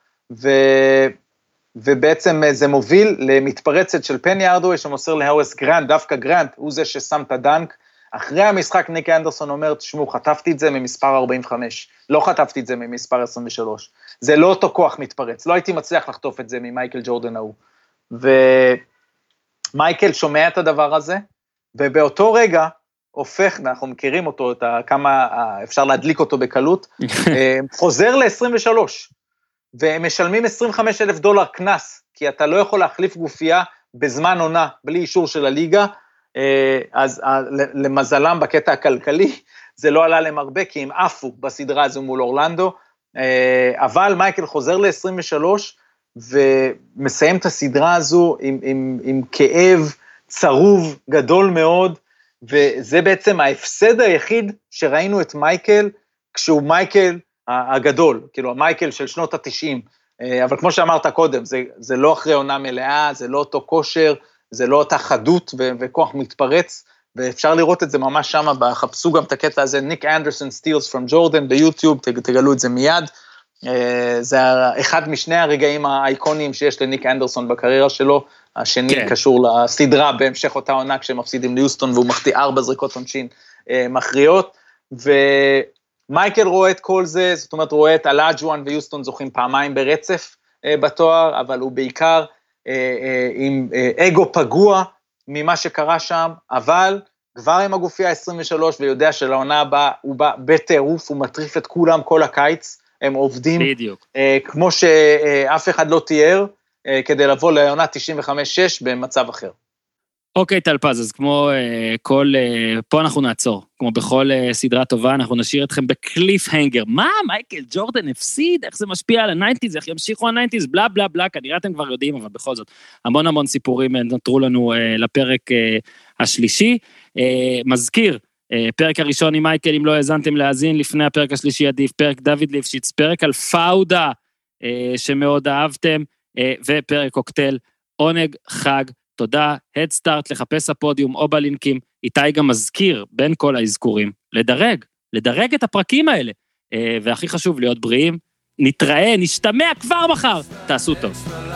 [SPEAKER 3] ובעצם זה מוביל למתפרצת של פני הרדווי, שמוסר להורס גרנט, דווקא גרנט, הוא זה ששם את הדנק, אחרי המשחק ניק אנדרסון אומר, תשמעו, חטפתי את זה ממספר 45, לא חטפתי את זה ממספר 23, זה לא אותו כוח מתפרץ, לא הייתי מצליח לחטוף את זה ממייקל ג'ורדן ההוא, ומייקל שומע את הדבר הזה, ובאותו רגע, הופך, אנחנו מכירים אותו, כמה אפשר להדליק אותו בקלות, חוזר ל-23, ומשלמים $25,000 כנס, כי אתה לא יכול להחליף גופייה בזמן עונה, בלי אישור של הליגה, אז למזלם בקטע הכלכלי, זה לא עלה להם הרבה, כי הם עפו בסדרה הזו מול אורלנדו, אבל מייקל חוזר ל-23, ומסיים את הסדרה הזו עם כאב צרוב גדול מאוד, וזה בעצם ההפסד היחיד שראינו את מייקל, כשהוא מייקל הגדול, כאילו המייקל של שנות ה-90, אבל כמו שאמרת קודם, זה לא אחרי עונה מלאה, זה לא אותו כושר, זה לא אותה חדות וכוח מתפרץ, ואפשר לראות את זה ממש שם, חפשו גם את הקטע הזה, ניק אנדרסון סטילס פרום ג'ורדן ביוטיוב, תגלו את זה מיד, זה אחד משני הרגעים האייקוניים שיש לניק אנדרסון בקריירה שלו, השני כן. קשור לסדרה בהמשך אותה עונה, כשהם מפסידים ליוסטון, והוא מחטיא 4 זריקות עונשין מכריעות, ומייקל רואה את כל זה, זאת אומרת רואה את אלאג'ואן ויוסטון זוכים פעמיים ברצף בתואר, אבל הוא בעיקר עם אגו פגוע ממה שקרה שם, אבל כבר עם הגופייה 23, ויודע שלעונה הבאה הוא בא בטירוף, הוא מטריף את כולם כל הקיץ, הם עובדים,
[SPEAKER 1] בדיוק.
[SPEAKER 3] כמו שאף אחד לא תיאר, כדי לבוא לעונה 95-6 במצב אחר.
[SPEAKER 1] אוקיי, טלפז, אז כמו פה אנחנו נעצור, כמו בכל סדרה טובה, אנחנו נשאיר אתכם בקליף הנגר. מה, מייקל ג'ורדן הפסיד? איך זה משפיע על ה-90s? איך ימשיכו ה-90s? בלה בלה בלה, כנראה אתם כבר יודעים, אבל בכל זאת, המון סיפורים נותרו לנו לפרק השלישי. מזכיר, פרק הראשון עם מייקל, אם לא האזנתם להאזין, לפני הפרק השלישי עדיף, פרק דוד ליפשיץ, פרק על פאודה, שמאוד אהבתם, ופרק קוקטייל, עונג חג, תודה, הדסטארט, לחפש הפודיום או בלינקים, איתי גם מזכיר בין כל האזכורים, לדרג את הפרקים האלה, והכי חשוב להיות בריאים, נתראה, נשתמע כבר מחר, תעשו טוב.